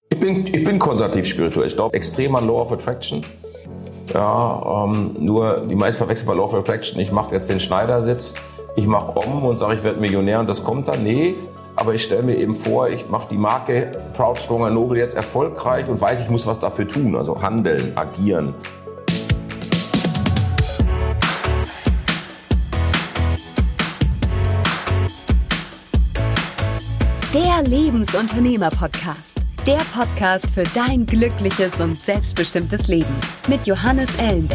Ich bin konservativ spirituell. Ich glaube extrem an Law of Attraction. Ja, nur die meisten verwechseln bei Law of Attraction. Ich mache jetzt den Schneidersitz, ich mache und sage, ich werde Millionär und das kommt dann. Nee, aber ich stelle mir eben vor, ich mache die Marke Proud, Stronger, Noble jetzt erfolgreich und weiß, ich muss was dafür tun. Also handeln, agieren. Der Lebensunternehmer-Podcast. Der Podcast für dein glückliches und selbstbestimmtes Leben mit Johannes Ellenberg.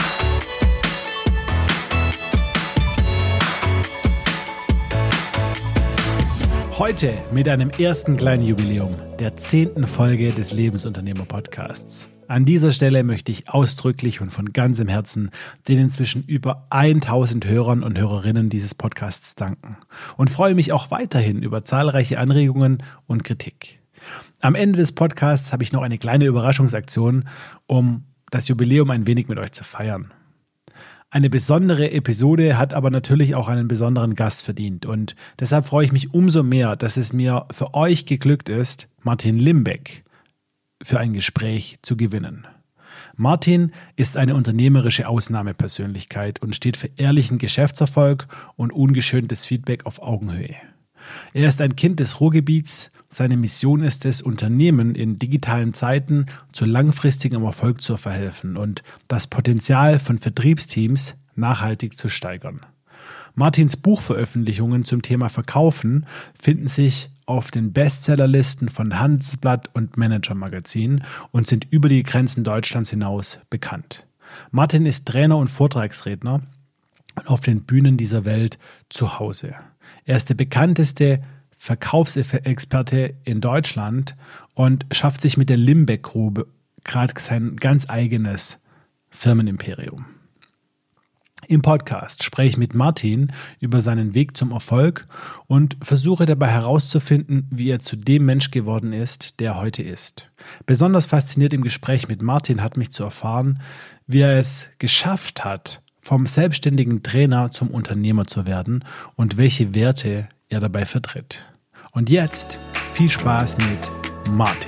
Heute mit einem ersten kleinen Jubiläum, der 10. Folge des Lebensunternehmer-Podcasts. An dieser Stelle möchte ich ausdrücklich und von ganzem Herzen den inzwischen über 1000 Hörern und Hörerinnen dieses Podcasts danken und freue mich auch weiterhin über zahlreiche Anregungen und Kritik. Am Ende des Podcasts habe ich noch eine kleine Überraschungsaktion, um das Jubiläum ein wenig mit euch zu feiern. Eine besondere Episode hat aber natürlich auch einen besonderen Gast verdient und deshalb freue ich mich umso mehr, dass es mir für euch geglückt ist, Martin Limbeck für ein Gespräch zu gewinnen. Martin ist eine unternehmerische Ausnahmepersönlichkeit und steht für ehrlichen Geschäftserfolg und ungeschöntes Feedback auf Augenhöhe. Er ist ein Kind des Ruhrgebiets. Seine Mission ist es, Unternehmen in digitalen Zeiten zu langfristigem Erfolg zu verhelfen und das Potenzial von Vertriebsteams nachhaltig zu steigern. Martins Buchveröffentlichungen zum Thema Verkaufen finden sich auf den Bestsellerlisten von Handelsblatt und Manager Magazin und sind über die Grenzen Deutschlands hinaus bekannt. Martin ist Trainer und Vortragsredner auf den Bühnen dieser Welt zu Hause. Er ist der bekannteste Verkaufsexperte in Deutschland und schafft sich mit der Limbeck-Grube gerade sein ganz eigenes Firmenimperium. Im Podcast spreche ich mit Martin über seinen Weg zum Erfolg und versuche dabei herauszufinden, wie er zu dem Mensch geworden ist, der er heute ist. Besonders fasziniert im Gespräch mit Martin hat mich zu erfahren, wie er es geschafft hat, vom selbstständigen Trainer zum Unternehmer zu werden und welche Werte er dabei vertritt. Und jetzt viel Spaß mit Martin.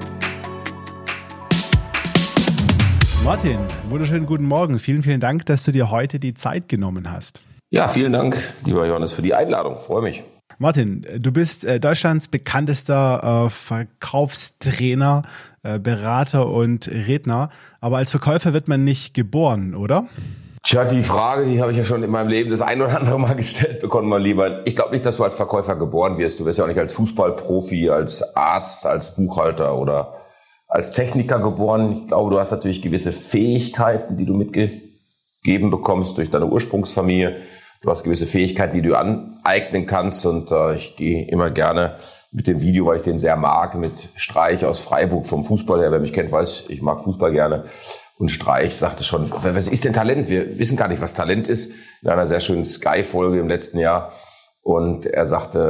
Martin, wunderschönen guten Morgen. Vielen, vielen Dank, dass du dir heute die Zeit genommen hast. Ja, vielen Dank, lieber Johannes, für die Einladung. Freue mich. Martin, du bist Deutschlands bekanntester Verkaufstrainer, Berater und Redner. Aber als Verkäufer wird man nicht geboren, oder? Tja, die Frage, die habe ich ja schon in meinem Leben das ein oder andere Mal gestellt bekommen, mein Lieber. Ich glaube nicht, dass du als Verkäufer geboren wirst. Du wirst ja auch nicht als Fußballprofi, als Arzt, als Buchhalter oder als Techniker geboren. Ich glaube, du hast natürlich gewisse Fähigkeiten, die du mitgegeben bekommst durch deine Ursprungsfamilie. Du hast gewisse Fähigkeiten, die du aneignen kannst. Und ich gehe immer gerne mit dem Video, weil ich den sehr mag, mit Streich aus Freiburg vom Fußball her. Wer mich kennt, weiß, ich mag Fußball gerne. Und Streich sagte schon, was ist denn Talent? Wir wissen gar nicht, was Talent ist. In einer sehr schönen Sky-Folge im letzten Jahr. Und er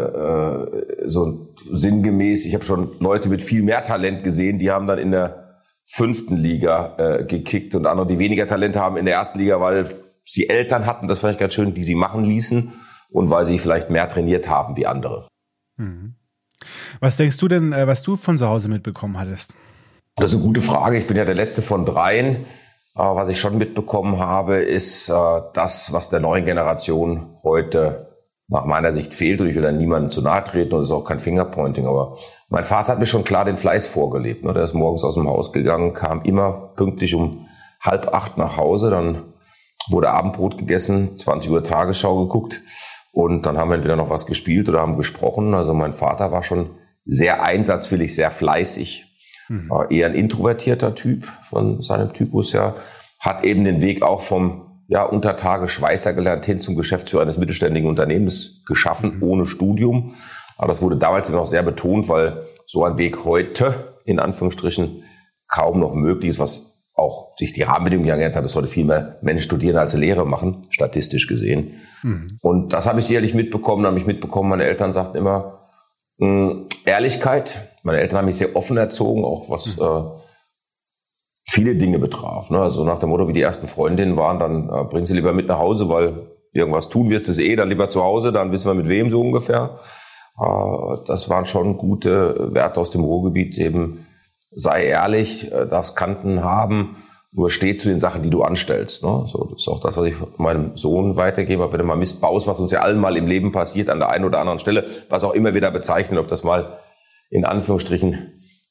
sagte so sinngemäß, ich habe schon Leute mit viel mehr Talent gesehen, die haben dann in der 5. Liga gekickt und andere, die weniger Talent haben in der 1. Liga, weil sie Eltern hatten, das fand ich ganz schön, die sie machen ließen und weil sie vielleicht mehr trainiert haben wie andere. Mhm. Was denkst du denn, was du von zu Hause mitbekommen hattest? Das ist eine gute Frage. Ich bin ja der letzte von 3. Was ich schon mitbekommen habe, ist das, was der neuen Generation heute nach meiner Sicht fehlt. Und ich will da niemandem zu nahe treten und es ist auch kein Fingerpointing. Aber mein Vater hat mir schon klar den Fleiß vorgelebt. Der ist morgens aus dem Haus gegangen, kam immer pünktlich um 7:30 nach Hause. Dann wurde Abendbrot gegessen, 20 Uhr Tagesschau geguckt. Und dann haben wir entweder noch was gespielt oder haben gesprochen. Also mein Vater war schon sehr einsatzwillig, sehr fleißig. Eher ein introvertierter Typ von seinem Typus her, hat eben den Weg auch vom Untertage Schweißer gelernt hin zum Geschäftsführer eines mittelständigen Unternehmens geschaffen, ohne Studium. Aber das wurde damals noch sehr betont, weil so ein Weg heute, in Anführungsstrichen, kaum noch möglich ist, was auch sich die Rahmenbedingungen geändert hat, dass heute viel mehr Menschen studieren als Lehre machen, statistisch gesehen. Und das habe ich sicherlich mitbekommen, meine Eltern sagten immer, Ehrlichkeit. Meine Eltern haben mich sehr offen erzogen, auch was viele Dinge betraf. Also nach dem Motto, wie die ersten Freundinnen waren, dann bring sie lieber mit nach Hause, weil irgendwas tun wirst du dann lieber zu Hause, dann wissen wir mit wem so ungefähr. Das waren schon gute Werte aus dem Ruhrgebiet, eben sei ehrlich, darfst Kanten haben, nur steh zu den Sachen, die du anstellst. Ne? So, das ist auch das, was ich meinem Sohn weitergebe. Wenn du mal Mist baust, was uns ja allen mal im Leben passiert, an der einen oder anderen Stelle, was auch immer wieder bezeichnen, ob das mal in Anführungsstrichen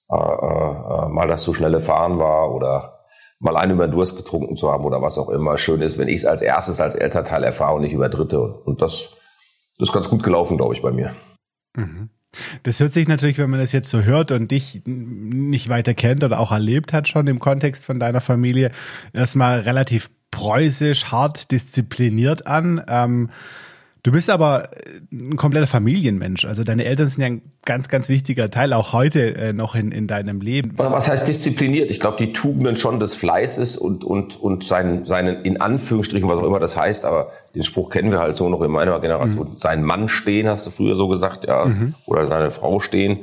mal das zu schnelle Fahren war oder mal einen über den Durst getrunken zu haben oder was auch immer. Schön ist, wenn ich es als erstes als Elternteil erfahre und nicht über Dritte. Und das ist ganz gut gelaufen, glaube ich, bei mir. Mhm. Das hört sich natürlich, wenn man das jetzt so hört und dich nicht weiter kennt oder auch erlebt hat schon im Kontext von deiner Familie, erstmal relativ preußisch, hart diszipliniert an. Du bist aber ein kompletter Familienmensch. Also deine Eltern sind ja ein ganz, ganz wichtiger Teil, auch heute noch in deinem Leben. Was heißt diszipliniert? Ich glaube, die Tugenden schon des Fleißes und seinen, in Anführungsstrichen, was auch immer das heißt, aber den Spruch kennen wir halt so noch in meiner Generation. Sein Mann stehen, hast du früher so gesagt, ja, oder seine Frau stehen.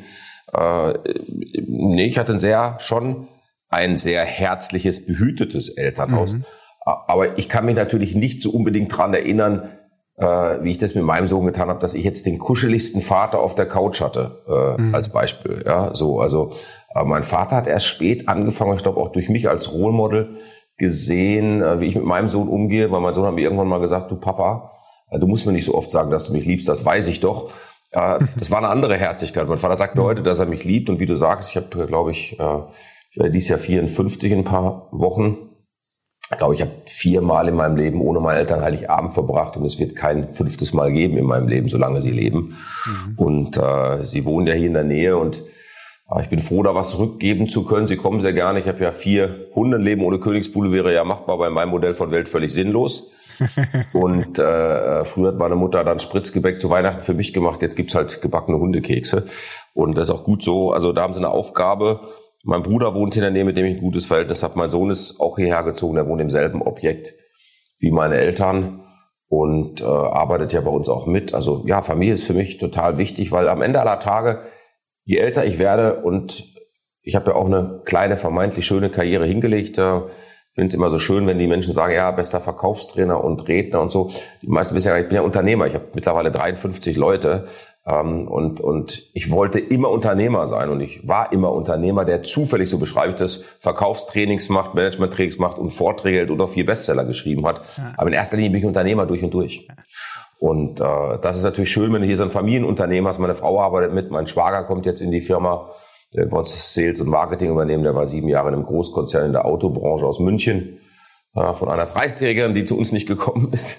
Nee, ich hatte schon ein sehr herzliches, behütetes Elternhaus. Aber ich kann mich natürlich nicht so unbedingt dran erinnern, wie ich das mit meinem Sohn getan habe, dass ich jetzt den kuscheligsten Vater auf der Couch hatte, als Beispiel. Ja, so, also mein Vater hat erst spät angefangen, ich glaube auch durch mich als Role Model gesehen, wie ich mit meinem Sohn umgehe, weil mein Sohn hat mir irgendwann mal gesagt, du Papa, du musst mir nicht so oft sagen, dass du mich liebst, das weiß ich doch. Das war eine andere Herzlichkeit. Mein Vater sagt mir heute, dass er mich liebt und wie du sagst, ich habe, glaube ich werde dieses Jahr 54 in ein paar Wochen. Ich glaube, ich habe 4 Mal in meinem Leben ohne meine Eltern Heiligabend verbracht und es wird kein 5. Mal geben in meinem Leben, solange sie leben. Und sie wohnen ja hier in der Nähe und ich bin froh, da was zurückgeben zu können. Sie kommen sehr gerne. Ich habe ja 4 Hunde. Ein Leben ohne Königspudel wäre ja machbar, bei meinem Modell von Welt völlig sinnlos. Und früher hat meine Mutter dann Spritzgebäck zu Weihnachten für mich gemacht. Jetzt gibt's halt gebackene Hundekekse. Und das ist auch gut so. Also da haben sie eine Aufgabe. Mein Bruder wohnt in der Nähe, mit dem ich ein gutes Verhältnis habe. Mein Sohn ist auch hierher gezogen. Der wohnt im selben Objekt wie meine Eltern und arbeitet ja bei uns auch mit. Also ja, Familie ist für mich total wichtig, weil am Ende aller Tage, je älter ich werde und ich habe ja auch eine kleine, vermeintlich schöne Karriere hingelegt. Ich finde es immer so schön, wenn die Menschen sagen, ja, bester Verkaufstrainer und Redner und so. Die meisten wissen ja, ich bin ja Unternehmer. Ich habe mittlerweile 53 Leute. Und ich wollte immer Unternehmer sein und ich war immer Unternehmer, der zufällig, so beschreibe ich das, Verkaufstrainings macht, Managementtrainings macht und Vorträge hält und auch 4 Bestseller geschrieben hat. Ja. Aber in erster Linie bin ich Unternehmer durch und durch. Ja. Und das ist natürlich schön, wenn du hier so ein Familienunternehmen hast. Meine Frau arbeitet mit, mein Schwager kommt jetzt in die Firma, der bei uns Sales und Marketing übernehmen. Der war 7 Jahre in einem Großkonzern in der Autobranche aus München, von einer Preisträgerin, die zu uns nicht gekommen ist.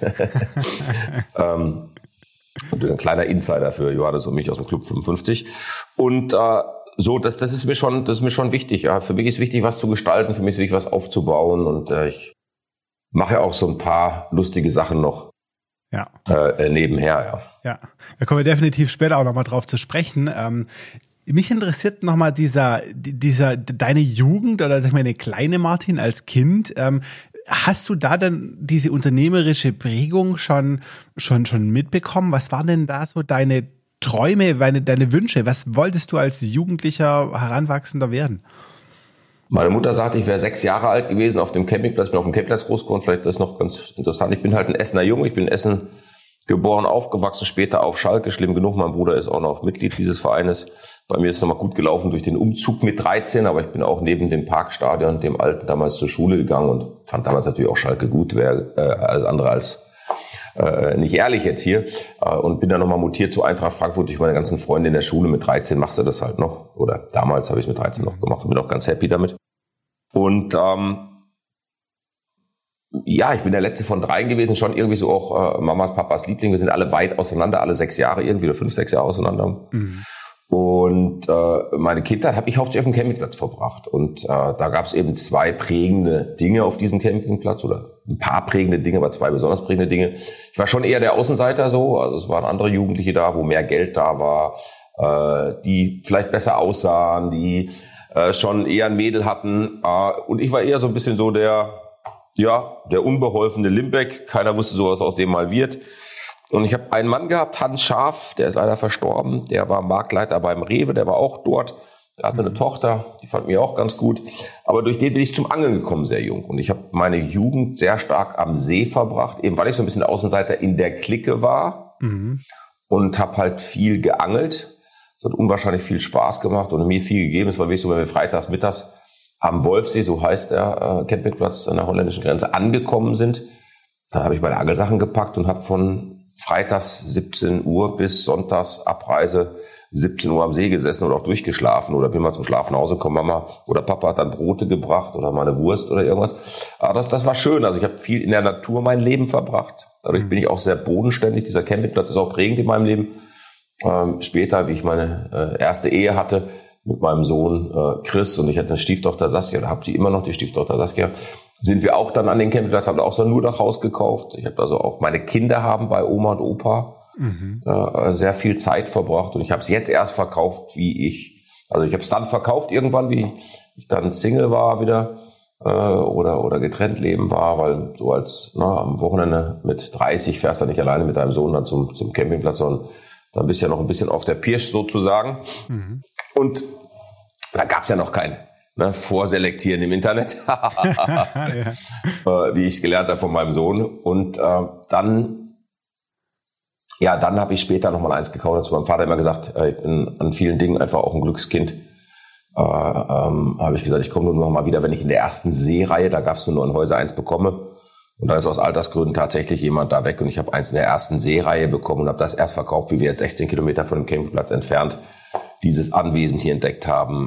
Und ein kleiner Insider für Johannes und mich aus dem Club 55. Und so, das ist mir schon wichtig. Ja, für mich ist wichtig, was zu gestalten, für mich ist wichtig, was aufzubauen. Und ich mache ja auch so ein paar lustige Sachen noch nebenher. Ja, da kommen wir definitiv später auch nochmal drauf zu sprechen. Mich interessiert nochmal dieser deine Jugend oder sag ich mal, eine kleine Martin als Kind. Hast du da dann diese unternehmerische Prägung schon mitbekommen? Was waren denn da so deine Träume, deine Wünsche? Was wolltest du als Jugendlicher, Heranwachsender werden? Meine Mutter sagt, ich wäre 6 Jahre alt gewesen auf dem Campingplatz. Ich bin auf dem Campingplatz groß geworden. Vielleicht ist das noch ganz interessant. Ich bin halt ein Essener Junge. Ich bin in Essen geboren, aufgewachsen, später auf Schalke. Schlimm genug. Mein Bruder ist auch noch Mitglied dieses Vereines. Bei mir ist es nochmal gut gelaufen durch den Umzug mit 13, aber ich bin auch neben dem Parkstadion, dem alten, damals zur Schule gegangen und fand damals natürlich auch Schalke gut, wäre alles andere als nicht ehrlich jetzt hier. Und bin dann nochmal mutiert zu Eintracht Frankfurt durch meine ganzen Freunde in der Schule. Mit 13 machst du das halt noch. Oder damals habe ich es mit 13 noch gemacht und bin auch ganz happy damit. Und ja, ich bin der letzte von 3 gewesen, schon irgendwie so auch Mamas, Papas Liebling. Wir sind alle weit auseinander, alle 6 Jahre irgendwie oder 5, 6 Jahre auseinander. Und meine Kindheit habe ich hauptsächlich auf dem Campingplatz verbracht. Und da gab es eben 2 prägende Dinge auf diesem Campingplatz oder ein paar prägende Dinge, aber 2 besonders prägende Dinge. Ich war schon eher der Außenseiter so, also es waren andere Jugendliche da, wo mehr Geld da war, die vielleicht besser aussahen, die schon eher ein Mädel hatten. Und ich war eher so ein bisschen so der unbeholfene Limbeck. Keiner wusste so, was aus dem mal wird. Und ich habe einen Mann gehabt, Hans Scharf, der ist leider verstorben. Der war Marktleiter beim Rewe, der war auch dort. Der hatte eine Tochter, die fand mir auch ganz gut. Aber durch den bin ich zum Angeln gekommen, sehr jung. Und ich habe meine Jugend sehr stark am See verbracht, eben weil ich so ein bisschen Außenseiter in der Clique war und habe halt viel geangelt. Es hat unwahrscheinlich viel Spaß gemacht und mir viel gegeben. Es war wirklich so, wenn wir freitags mittags am Wolfsee, so heißt der Campingplatz an der holländischen Grenze, angekommen sind, dann habe ich meine Angelsachen gepackt und habe von freitags 17 Uhr bis sonntags Abreise 17 Uhr am See gesessen oder auch durchgeschlafen oder bin mal zum Schlafen nach Hause gekommen, Mama oder Papa hat dann Brote gebracht oder mal eine Wurst oder irgendwas. Aber das war schön. Also ich habe viel in der Natur mein Leben verbracht. Dadurch bin ich auch sehr bodenständig. Dieser Campingplatz ist auch prägend in meinem Leben. Später, wie ich meine erste Ehe hatte mit meinem Sohn Chris und ich hatte eine Stieftochter Saskia, oder habe die immer noch, die Stieftochter Saskia, sind wir auch dann an den Campingplatz, haben auch so ein Nurdachhaus gekauft. Ich habe also auch, meine Kinder haben bei Oma und Opa sehr viel Zeit verbracht und ich habe es jetzt erst verkauft, also ich habe es dann verkauft irgendwann, wie ich dann Single war wieder oder getrennt leben war, weil so als am Wochenende mit 30 fährst du nicht alleine mit deinem Sohn dann zum Campingplatz, sondern dann bist du ja noch ein bisschen auf der Pirsch sozusagen. Und da gab's ja noch kein Vorselektieren im Internet, wie ich es gelernt habe von meinem Sohn. Und dann habe ich später noch mal eins gekauft. Dazu meinem Vater immer gesagt, ich bin an vielen Dingen einfach auch ein Glückskind. Habe ich gesagt, ich komme nur noch mal wieder, wenn ich in der ersten Seereihe, da gab's nur in Häuser eins bekomme. Und dann ist aus Altersgründen tatsächlich jemand da weg und ich habe eins in der ersten Seereihe bekommen und habe das erst verkauft, wie wir jetzt 16 Kilometer von dem Campingplatz entfernt dieses Anwesen hier entdeckt haben,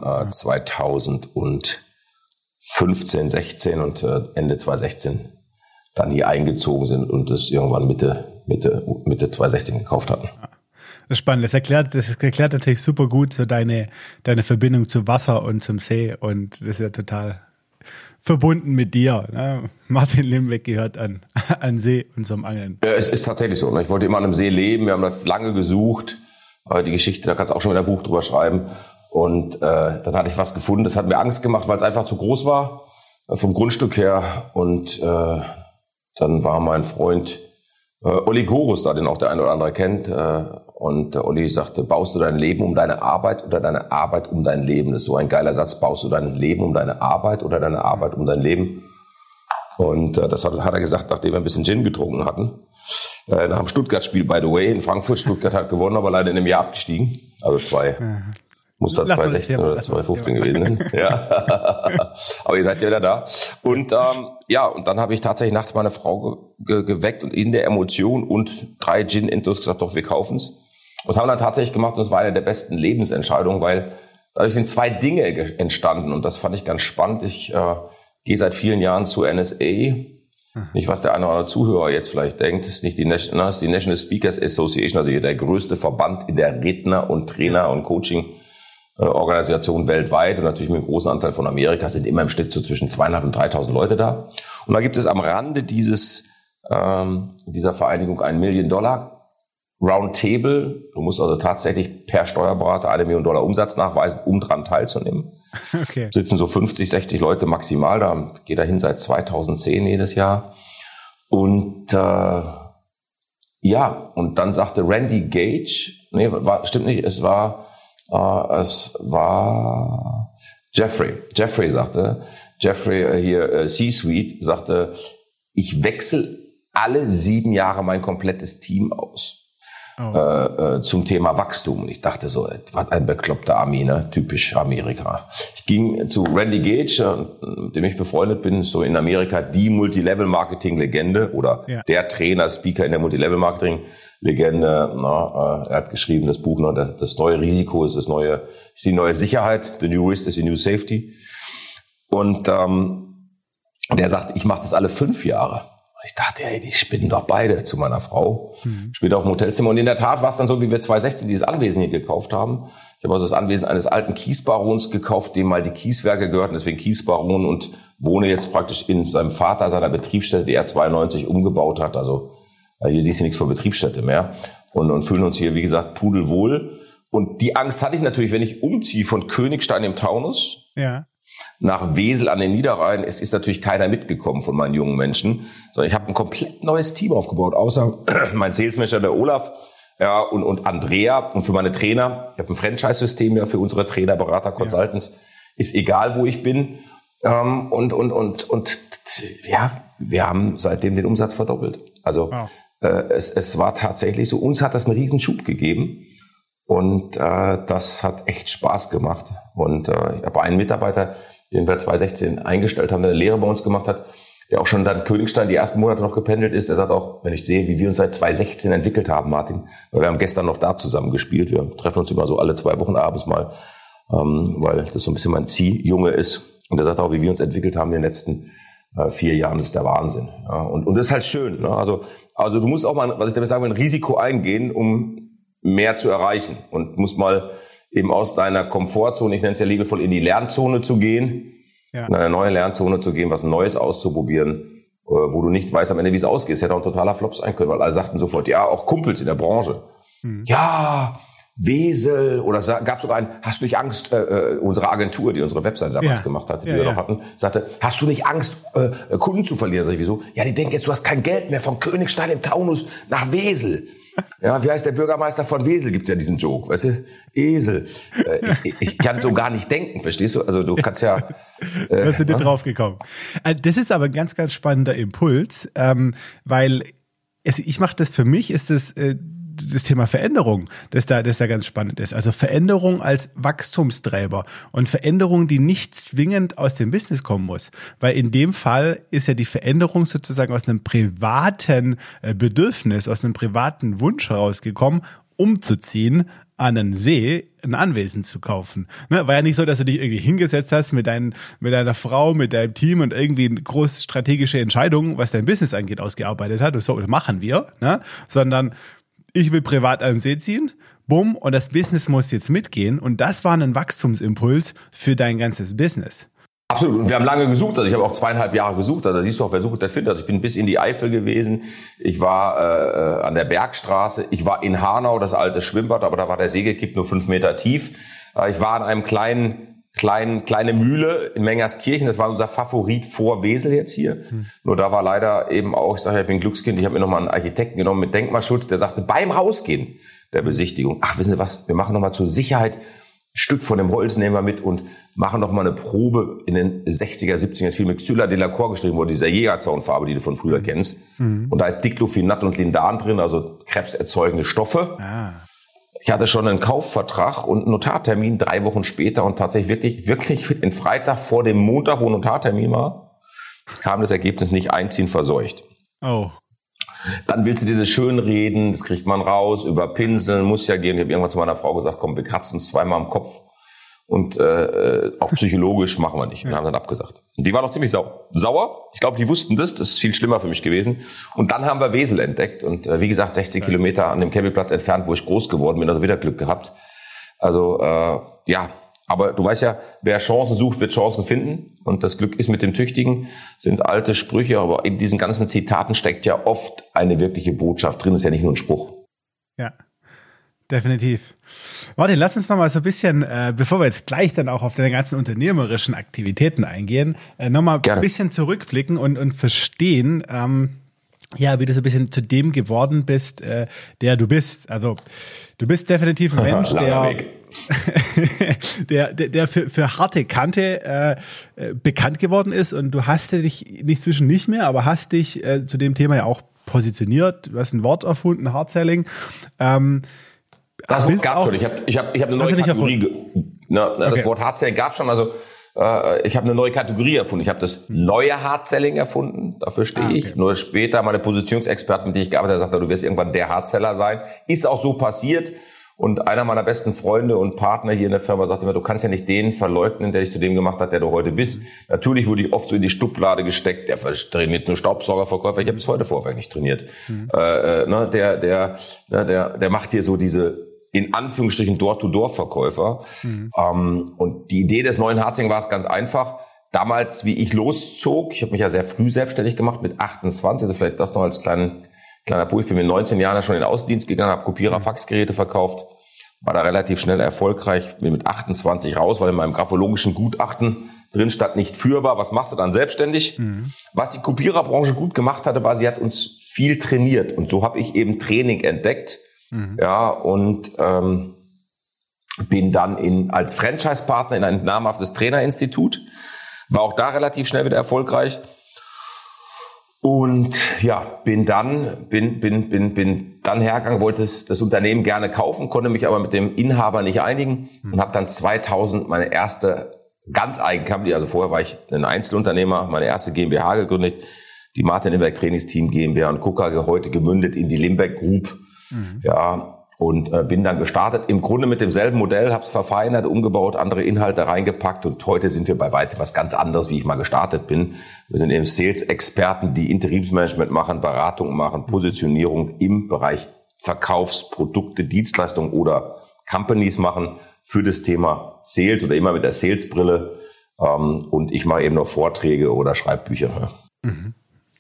2015, 16 und Ende 2016 dann hier eingezogen sind und das irgendwann Mitte 2016 gekauft hatten. Das ist spannend. Das erklärt natürlich super gut so deine Verbindung zu Wasser und zum See und das ist ja total verbunden mit dir. Ne? Martin Limbeck gehört an See und zum Angeln. Ja, es ist tatsächlich so. Ne? Ich wollte immer an einem See leben. Wir haben da lange gesucht. Die Geschichte, da kannst du auch schon wieder ein Buch drüber schreiben. Und dann hatte ich was gefunden. Das hat mir Angst gemacht, weil es einfach zu groß war vom Grundstück her. Und dann war mein Freund Olli Gorus da, den auch der eine oder andere kennt. Und der Olli sagte, baust du dein Leben um deine Arbeit oder deine Arbeit um dein Leben? Das ist so ein geiler Satz. Baust du dein Leben um deine Arbeit oder deine Arbeit um dein Leben? Und das hat er gesagt, nachdem wir ein bisschen Gin getrunken hatten. Nach dem Stuttgart-Spiel, by the way, in Frankfurt. Stuttgart hat gewonnen, aber leider in einem Jahr abgestiegen. Also muss dann 2016 oder 2015 gewesen sein. Ja. Aber ihr seid ja wieder da. Und und dann habe ich tatsächlich nachts meine Frau geweckt und in der Emotion und 3 Gin-Intos gesagt, doch, wir kaufen's. Und das haben wir dann tatsächlich gemacht und das war eine der besten Lebensentscheidungen, weil dadurch sind 2 Dinge entstanden und das fand ich ganz spannend. Ich gehe seit vielen Jahren zu NSA. Nicht, was der eine oder andere Zuhörer jetzt vielleicht denkt, ist nicht die National Speakers Association, also hier der größte Verband in der Redner- und Trainer- und Coaching-Organisation weltweit und natürlich mit einem großen Anteil von Amerika, sind immer im Schnitt so zwischen 2.500 und 3.000 Leute da. Und da gibt es am Rande dieser Vereinigung $1 Million Roundtable. Du musst also tatsächlich per Steuerberater $1 Million Umsatz nachweisen, um dran teilzunehmen. Okay. Sitzen so 50, 60 Leute maximal, da geht er hin seit 2010 jedes Jahr. Und und dann sagte Randy Gage, stimmt nicht, es war Jeffrey sagte, C-Suite sagte, ich wechsle alle 7 Jahre mein komplettes Team aus. Zum Thema Wachstum. Und ich dachte so, was ein bekloppter Ami, ne? Typisch Amerika. Ich ging zu Randy Gage, mit dem ich befreundet bin, so in Amerika die Multilevel-Marketing-Legende oder der Trainer, Speaker in der Multilevel-Marketing-Legende. Er hat geschrieben, das Buch, das neue Risiko ist die neue Sicherheit. The new risk is the new safety. Und der sagt, ich mache das alle 5 Jahre. Ich dachte, die spinnen doch beide, zu meiner Frau. Später auf dem Hotelzimmer. Und in der Tat war es dann so, wie wir 2016 dieses Anwesen hier gekauft haben. Ich habe also das Anwesen eines alten Kiesbarons gekauft, dem mal die Kieswerke gehörten, deswegen Kiesbaron, und wohne jetzt praktisch in seinem Vater, seiner Betriebsstätte, die er 92 umgebaut hat. Also hier siehst du nichts von Betriebsstätte mehr. Und fühlen uns hier, wie gesagt, pudelwohl. Und die Angst hatte ich natürlich, wenn ich umziehe von Königstein im Taunus nach Wesel an den Niederrhein, es ist natürlich keiner mitgekommen von meinen jungen Menschen, sondern ich habe ein komplett neues Team aufgebaut, außer mein Salesmanager, der Olaf, und Andrea, und für meine Trainer, ich habe ein Franchise-System für unsere Trainer, Berater, Consultants, ist egal, wo ich bin, wir haben seitdem den Umsatz verdoppelt. Also es war tatsächlich so, uns hat das einen riesen Schub gegeben. Und das hat echt Spaß gemacht. Und ich habe einen Mitarbeiter, den wir 2016 eingestellt haben, der eine Lehre bei uns gemacht hat, der auch schon dann Königstein die ersten Monate noch gependelt ist. Der sagt auch, wenn ich sehe, wie wir uns seit 2016 entwickelt haben, Martin, weil wir haben gestern noch da zusammen gespielt. Wir treffen uns immer so alle 2 Wochen abends mal, weil das so ein bisschen mein Ziehjunge ist. Und der sagt auch, wie wir uns entwickelt haben in den letzten 4 Jahren, das ist der Wahnsinn. Ja, und das ist halt schön. Ne? Also du musst auch mal, was ich damit sagen will, ein Risiko eingehen, um mehr zu erreichen. Und musst mal eben aus deiner Komfortzone, ich nenne es ja liebevoll, in die Lernzone zu gehen, in eine neue Lernzone zu gehen, was Neues auszuprobieren, wo du nicht weißt am Ende, wie es ausgeht. Es hätte auch ein totaler Flop sein können, weil alle sagten sofort, ja, auch Kumpels in der Branche. Ja, Wesel, oder gab es sogar einen, hast du nicht Angst, unsere Agentur, die unsere Webseite damals gemacht hat, die wir noch hatten, sagte, hast du nicht Angst, Kunden zu verlieren? Sag ich, wieso? Ja, die denken jetzt, du hast kein Geld mehr von Königstein im Taunus nach Wesel. Ja, wie heißt der Bürgermeister von Wesel? Gibt's ja diesen Joke, weißt du? Esel. Ich kann so gar nicht denken, verstehst du? Also du kannst ja... Hast du dir drauf gekommen. Das ist aber ein ganz, ganz spannender Impuls, weil ich mache das, für mich ist das Thema Veränderung, das da ganz spannend ist. Also Veränderung als Wachstumstreiber und Veränderung, die nicht zwingend aus dem Business kommen muss. Weil in dem Fall ist ja die Veränderung sozusagen aus einem privaten Bedürfnis, aus einem privaten Wunsch herausgekommen, umzuziehen, an einen See ein Anwesen zu kaufen. Ne? War ja nicht so, dass du dich irgendwie hingesetzt hast mit deiner Frau, mit deinem Team und irgendwie eine große strategische Entscheidung, was dein Business angeht, ausgearbeitet hat. Und so, das machen wir, ne? Sondern ich will privat an den See ziehen, bumm, und das Business muss jetzt mitgehen. Und das war ein Wachstumsimpuls für dein ganzes Business. Absolut. Und wir haben lange gesucht. Also ich habe auch 2,5 Jahre gesucht. Also da siehst du auch, wer sucht, der findet. Also ich bin bis in die Eifel gewesen. Ich war an der Bergstraße. Ich war in Hanau, das alte Schwimmbad, aber da war der See gekippt, nur 5 Meter tief. Ich war an einem kleine Mühle in Mengerskirchen. Das war unser Favorit vor Wesel jetzt hier. Nur da war leider eben auch, ich sage ja, ich bin Glückskind, ich habe mir nochmal einen Architekten genommen mit Denkmalschutz, der sagte, beim Rausgehen der Besichtigung, ach, wissen Sie was, wir machen nochmal zur Sicherheit ein Stück von dem Holz nehmen wir mit und machen nochmal eine Probe in den 60er, 70er, jetzt viel mit Xyla de la Cour geschrieben wurde, dieser Jägerzaunfarbe, die du von früher kennst. Und da ist Diclofenac und Lindan drin, also krebserzeugende Stoffe. Ich hatte schon einen Kaufvertrag und einen Notartermin 3 Wochen später und tatsächlich wirklich den Freitag vor dem Montag, wo Notartermin war, kam das Ergebnis nicht einziehen verseucht. Oh. Dann willst du dir das schön reden, das kriegt man raus, über Pinseln, muss ja gehen. Ich habe irgendwann zu meiner Frau gesagt, komm, wir kratzen uns 2-mal am Kopf und auch psychologisch machen wir nicht. Und haben dann abgesagt. Und die waren auch ziemlich sauer. Ich glaube, die wussten das ist viel schlimmer für mich gewesen. Und dann haben wir Wesel entdeckt und wie gesagt, 60 Kilometer an dem Campingplatz entfernt, wo ich groß geworden bin, also wieder Glück gehabt. Also ja, aber du weißt ja, wer Chancen sucht, wird Chancen finden. Und das Glück ist mit dem Tüchtigen, sind alte Sprüche, aber in diesen ganzen Zitaten steckt ja oft eine wirkliche Botschaft drin. Das ist ja nicht nur ein Spruch. Ja, definitiv. Martin, lass uns noch mal so ein bisschen, bevor wir jetzt gleich dann auch auf deine ganzen unternehmerischen Aktivitäten eingehen, noch mal ein bisschen zurückblicken und verstehen, ja, wie du so ein bisschen zu dem geworden bist, der du bist. Also du bist definitiv ein Mensch, der für harte Kante bekannt geworden ist, und du hast dich nicht mehr, aber hast dich zu dem Thema ja auch positioniert. Du hast ein Wort erfunden, Hard-Selling. Das Wort gab's schon. Ich hab eine neue Kategorie. Das Wort Hard-Selling gab's schon. Also ich habe eine neue Kategorie erfunden. Ich habe das neue Hard-Selling erfunden. Dafür stehe ich. Nur später meine Positionsexperten, mit denen ich gearbeitet habe, sagten, du wirst irgendwann der Hard-Seller sein. Ist auch so passiert. Und einer meiner besten Freunde und Partner hier in der Firma sagte immer, du kannst ja nicht den verleugnen, der dich zu dem gemacht hat, der du heute bist. Natürlich wurde ich oft so in die Schublade gesteckt, der trainiert nur Staubsaugerverkäufer. Ich habe bis heute vorher nicht trainiert. Der macht hier so diese in Anführungsstrichen Door-to-Door-Verkäufer. Und die Idee des neuen Hard-Selling war es ganz einfach. Damals, wie ich loszog, ich habe mich ja sehr früh selbstständig gemacht, mit 28, also vielleicht das noch als kleiner Buch. Ich bin mit 19 Jahren schon in den Außendienst gegangen, habe Kopierer, Faxgeräte verkauft, war da relativ schnell erfolgreich, bin mit 28 raus, weil in meinem graphologischen Gutachten drin stand, nicht führbar. Was machst du dann selbstständig? Was die Kopiererbranche gut gemacht hatte, war, sie hat uns viel trainiert. Und so habe ich eben Training entdeckt. Ja, und bin dann als Franchise-Partner in ein namhaftes Trainerinstitut, war auch da relativ schnell wieder erfolgreich. Und ja, bin dann hergegangen, wollte das Unternehmen gerne kaufen, konnte mich aber mit dem Inhaber nicht einigen und habe dann 2000 meine erste ganz eigen Company, also vorher war ich ein Einzelunternehmer, meine erste GmbH gegründet, die Martin Limbeck Trainingsteam GmbH und KUKA, heute gemündet in die Limbeck Group. Ja, und bin dann gestartet, im Grunde mit demselben Modell, habe es verfeinert, umgebaut, andere Inhalte reingepackt und heute sind wir bei weitem was ganz anderes, wie ich mal gestartet bin. Wir sind eben Sales-Experten, die Interimsmanagement machen, Beratung machen, Positionierung im Bereich Verkaufsprodukte, Dienstleistungen oder Companies machen für das Thema Sales oder immer mit der Sales-Brille. Und ich mache eben noch Vorträge oder schreibe Bücher. Mhm.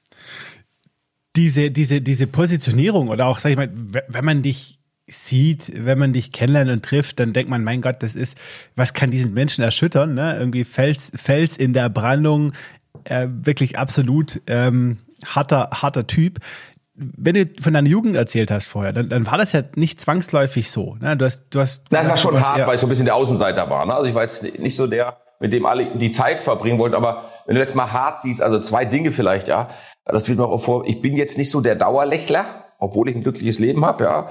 Diese Positionierung oder auch, sag ich mal, wenn man dich sieht, wenn man dich kennenlernt und trifft, dann denkt man, mein Gott, was kann diesen Menschen erschüttern, ne? Irgendwie Fels in der Brandung, wirklich absolut harter Typ. Wenn du von deiner Jugend erzählt hast vorher, dann war das ja nicht zwangsläufig so. Ne? Das war schon hart, weil ich so ein bisschen der Außenseiter war. Ne? Also ich war jetzt nicht so der, mit dem alle die Zeit verbringen wollten, aber wenn du jetzt mal hart siehst, also 2 Dinge vielleicht, ja, das wird mir auch vor, ich bin jetzt nicht so der Dauerlächler, obwohl ich ein glückliches Leben habe, ja.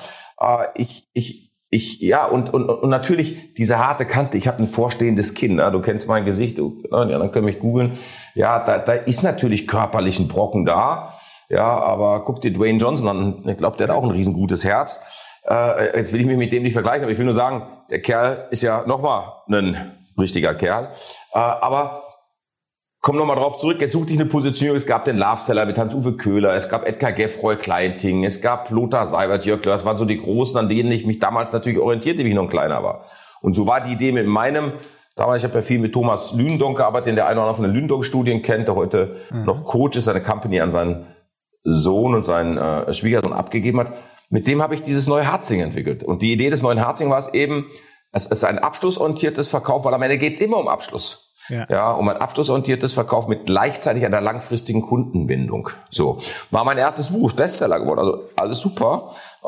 Und natürlich diese harte Kante, ich habe ein vorstehendes Kinn, ne? Du kennst mein Gesicht, die anderen können mich googeln. Ja, da ist natürlich körperlich ein Brocken da. Ja, aber guck dir Dwayne Johnson an, ich glaube, der hat auch ein riesengutes Herz. Jetzt will ich mich mit dem nicht vergleichen, aber ich will nur sagen, der Kerl ist ja nochmal ein richtiger Kerl. Aber komm nochmal drauf zurück, jetzt such dich eine Positionierung. Es gab den Love-Seller mit Hans-Uwe Köhler, es gab Edgar Geffroy Kleinting, es gab Lothar Seibert, Jörg Löhr, das waren so die Großen, an denen ich mich damals natürlich orientierte, wie ich noch kleiner war. Und so war die Idee mit meinem, damals, ich habe ja viel mit Thomas Lündonk gearbeitet, den der eine oder andere von den Lündonk-Studien kennt, der heute noch Coach ist, seine Company an seinen Sohn und seinen Schwiegersohn abgegeben hat. Mit dem habe ich dieses neue Harzing entwickelt. Und die Idee des neuen Harzing war es eben, es ist ein abschlussorientiertes Verkauf, weil am Ende geht es immer um Abschluss. Ja, um ein abschlussorientiertes Verkauf mit gleichzeitig einer langfristigen Kundenbindung. So, war mein erstes Buch, Bestseller geworden, also alles super.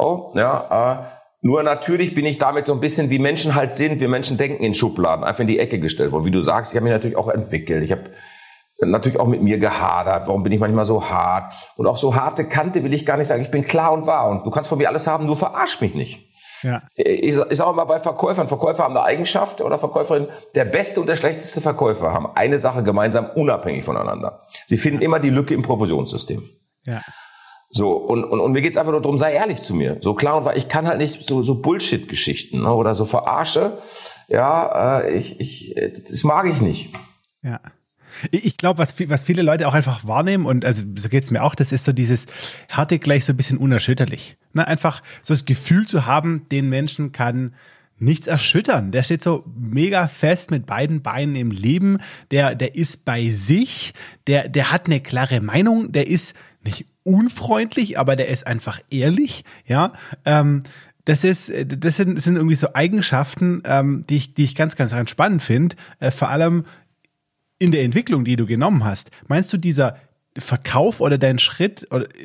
Nur natürlich bin ich damit so ein bisschen, wie Menschen halt sind, wir Menschen denken in Schubladen, einfach in die Ecke gestellt worden. Wie du sagst, ich habe mich natürlich auch entwickelt, ich habe natürlich auch mit mir gehadert, warum bin ich manchmal so hart? Und auch so harte Kante will ich gar nicht sagen, ich bin klar und wahr und du kannst von mir alles haben, nur verarsch mich nicht. Ja. Ich sage immer bei Verkäufern, Verkäufer haben eine Eigenschaft oder Verkäuferin, der beste und der schlechteste Verkäufer haben eine Sache gemeinsam, unabhängig voneinander. Sie finden immer die Lücke im Provisionssystem. Ja. So, und mir geht's einfach nur darum, sei ehrlich zu mir. So klar und wahr, ich kann halt nicht so Bullshit-Geschichten, ne, oder so Verarsche. Ja, das mag ich nicht. Ja. Ich glaube, was viele Leute auch einfach wahrnehmen, und also so geht's mir auch, das ist so dieses harte gleich so ein bisschen unerschütterlich. Ne? Einfach so das Gefühl zu haben, den Menschen kann nichts erschüttern. Der steht so mega fest mit beiden Beinen im Leben, der ist bei sich, der hat eine klare Meinung, der ist nicht unfreundlich, aber der ist einfach ehrlich, ja. Das sind irgendwie so Eigenschaften, die ich ganz, ganz, ganz spannend finde, vor allem in der Entwicklung, die du genommen hast. Meinst du, dieser Verkauf oder dein Schritt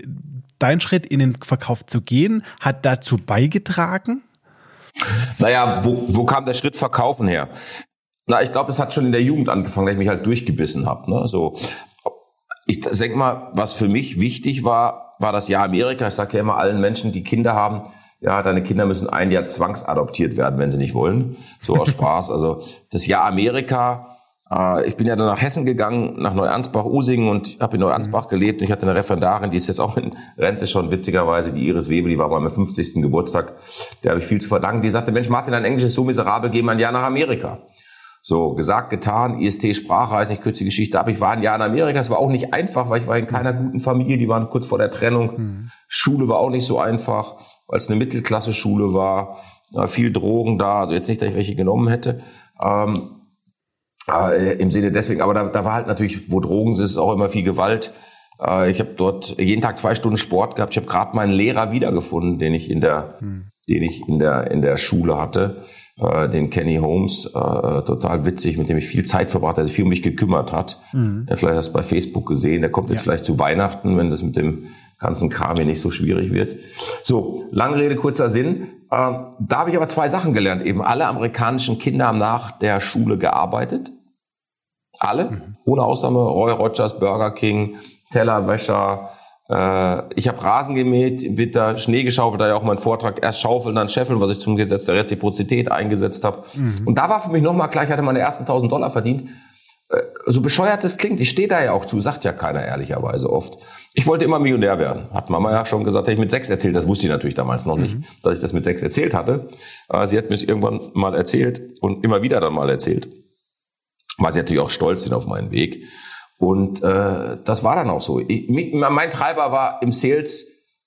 in den Verkauf zu gehen, hat dazu beigetragen? Naja, wo kam der Schritt Verkaufen her? Na, ich glaube, es hat schon in der Jugend angefangen, dass ich mich halt durchgebissen habe. Ne? So, ich denke mal, was für mich wichtig war das Jahr Amerika. Ich sage ja immer allen Menschen, die Kinder haben, ja, deine Kinder müssen ein Jahr zwangsadoptiert werden, wenn sie nicht wollen. So aus Spaß. Also das Jahr Amerika. Ich bin ja dann nach Hessen gegangen, nach Neuansbach-Usingen und habe in Neuansbach gelebt. Und ich hatte eine Referendarin, die ist jetzt auch in Rente schon, witzigerweise, die Iris Webe, die war bei meinem 50. Geburtstag. Der habe ich viel zu verdanken. Die sagte, Mensch, Martin, dein Englisch ist so miserabel, geh mal ein Jahr nach Amerika. So, gesagt, getan, IST Sprachreise, nicht kürzliche Geschichte, aber ich war ein Jahr in Amerika. Es war auch nicht einfach, weil ich war in keiner guten Familie, die waren kurz vor der Trennung. Schule war auch nicht so einfach, weil es eine Mittelklasse-Schule war. Viel Drogen da, also jetzt nicht, dass ich welche genommen hätte. Im Sinne deswegen, aber da war halt natürlich, wo Drogen sind, ist auch immer viel Gewalt. Ich habe dort jeden Tag 2 Stunden Sport gehabt. Ich habe gerade meinen Lehrer wiedergefunden, den ich in der Schule hatte, den Kenny Holmes, total witzig, mit dem ich viel Zeit verbracht habe, der sich viel um mich gekümmert hat. Der vielleicht hast du bei Facebook gesehen, der kommt jetzt vielleicht zu Weihnachten, wenn das mit dem ganzen Kram hier nicht so schwierig wird. So, lange Rede, kurzer Sinn. Da habe ich aber 2 Sachen gelernt. Eben alle amerikanischen Kinder haben nach der Schule gearbeitet. Alle, ohne Ausnahme. Roy Rogers, Burger King, Tellerwäscher, ich habe Rasen gemäht, im Winter Schnee geschaufelt, da ja auch mein Vortrag erst schaufeln, dann scheffeln, was ich zum Gesetz der Reziprozität eingesetzt habe. Und da war für mich nochmal klar, ich hatte meine ersten $1.000 verdient. So bescheuert es klingt, ich stehe da ja auch zu, sagt ja keiner ehrlicherweise oft. Ich wollte immer Millionär werden. Hat Mama ja schon gesagt, hätte ich mit 6 erzählt. Das wusste ich natürlich damals noch nicht, dass ich das mit 6 erzählt hatte. Sie hat mir es irgendwann mal erzählt und immer wieder dann mal erzählt. War sie natürlich auch stolz sind auf meinen Weg. Und das war dann auch so. Mein Treiber war im Sales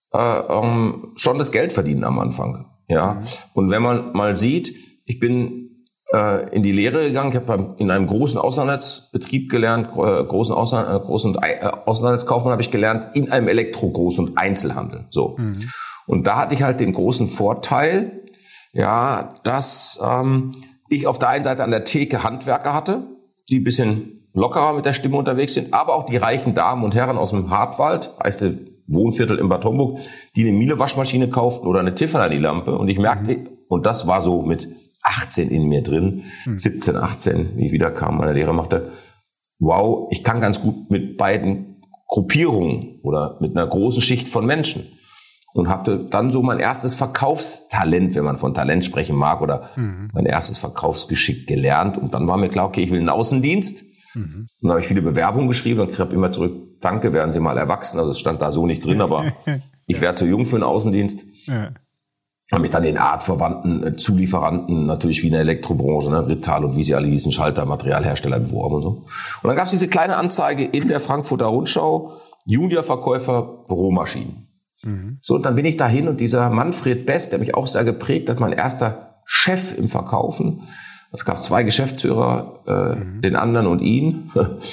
schon das Geld verdienen am Anfang. Ja. Und wenn man mal sieht, ich bin in die Lehre gegangen. Ich habe in einem großen Außenhandelsbetrieb gelernt, großen Außenhandelskaufmann habe ich gelernt, in einem Elektro-Groß- und Einzelhandel. So. Und da hatte ich halt den großen Vorteil, ja, dass ich auf der einen Seite an der Theke Handwerker hatte, die ein bisschen lockerer mit der Stimme unterwegs sind, aber auch die reichen Damen und Herren aus dem Hartwald, heißt der Wohnviertel in Bad Homburg, die eine Miele-Waschmaschine kauften oder eine Tiffany-Lampe. Und ich merkte, und das war so mit 18 in mir drin, 17, 18, wie ich wieder kam, meine Lehre machte, wow, ich kann ganz gut mit beiden Gruppierungen oder mit einer großen Schicht von Menschen. Und habe dann so mein erstes Verkaufstalent, wenn man von Talent sprechen mag, oder mein erstes Verkaufsgeschick gelernt. Und dann war mir klar, okay, ich will einen Außendienst. Und dann habe ich viele Bewerbungen geschrieben und habe immer zurück, danke, werden Sie mal erwachsen. Also es stand da so nicht drin, aber ich wäre zu jung für einen Außendienst. Ja. Habe mich dann den Artverwandten, Zulieferanten, natürlich wie in der Elektrobranche, ne, Rittal und wie sie alle hießen, Schalter, Materialhersteller beworben und so. Und dann gab es diese kleine Anzeige in der Frankfurter Rundschau, Juniorverkäufer Büromaschinen. So, und dann bin ich dahin und dieser Manfred Best, der mich auch sehr geprägt hat, mein erster Chef im Verkaufen. Es gab 2 Geschäftsführer, den anderen und ihn.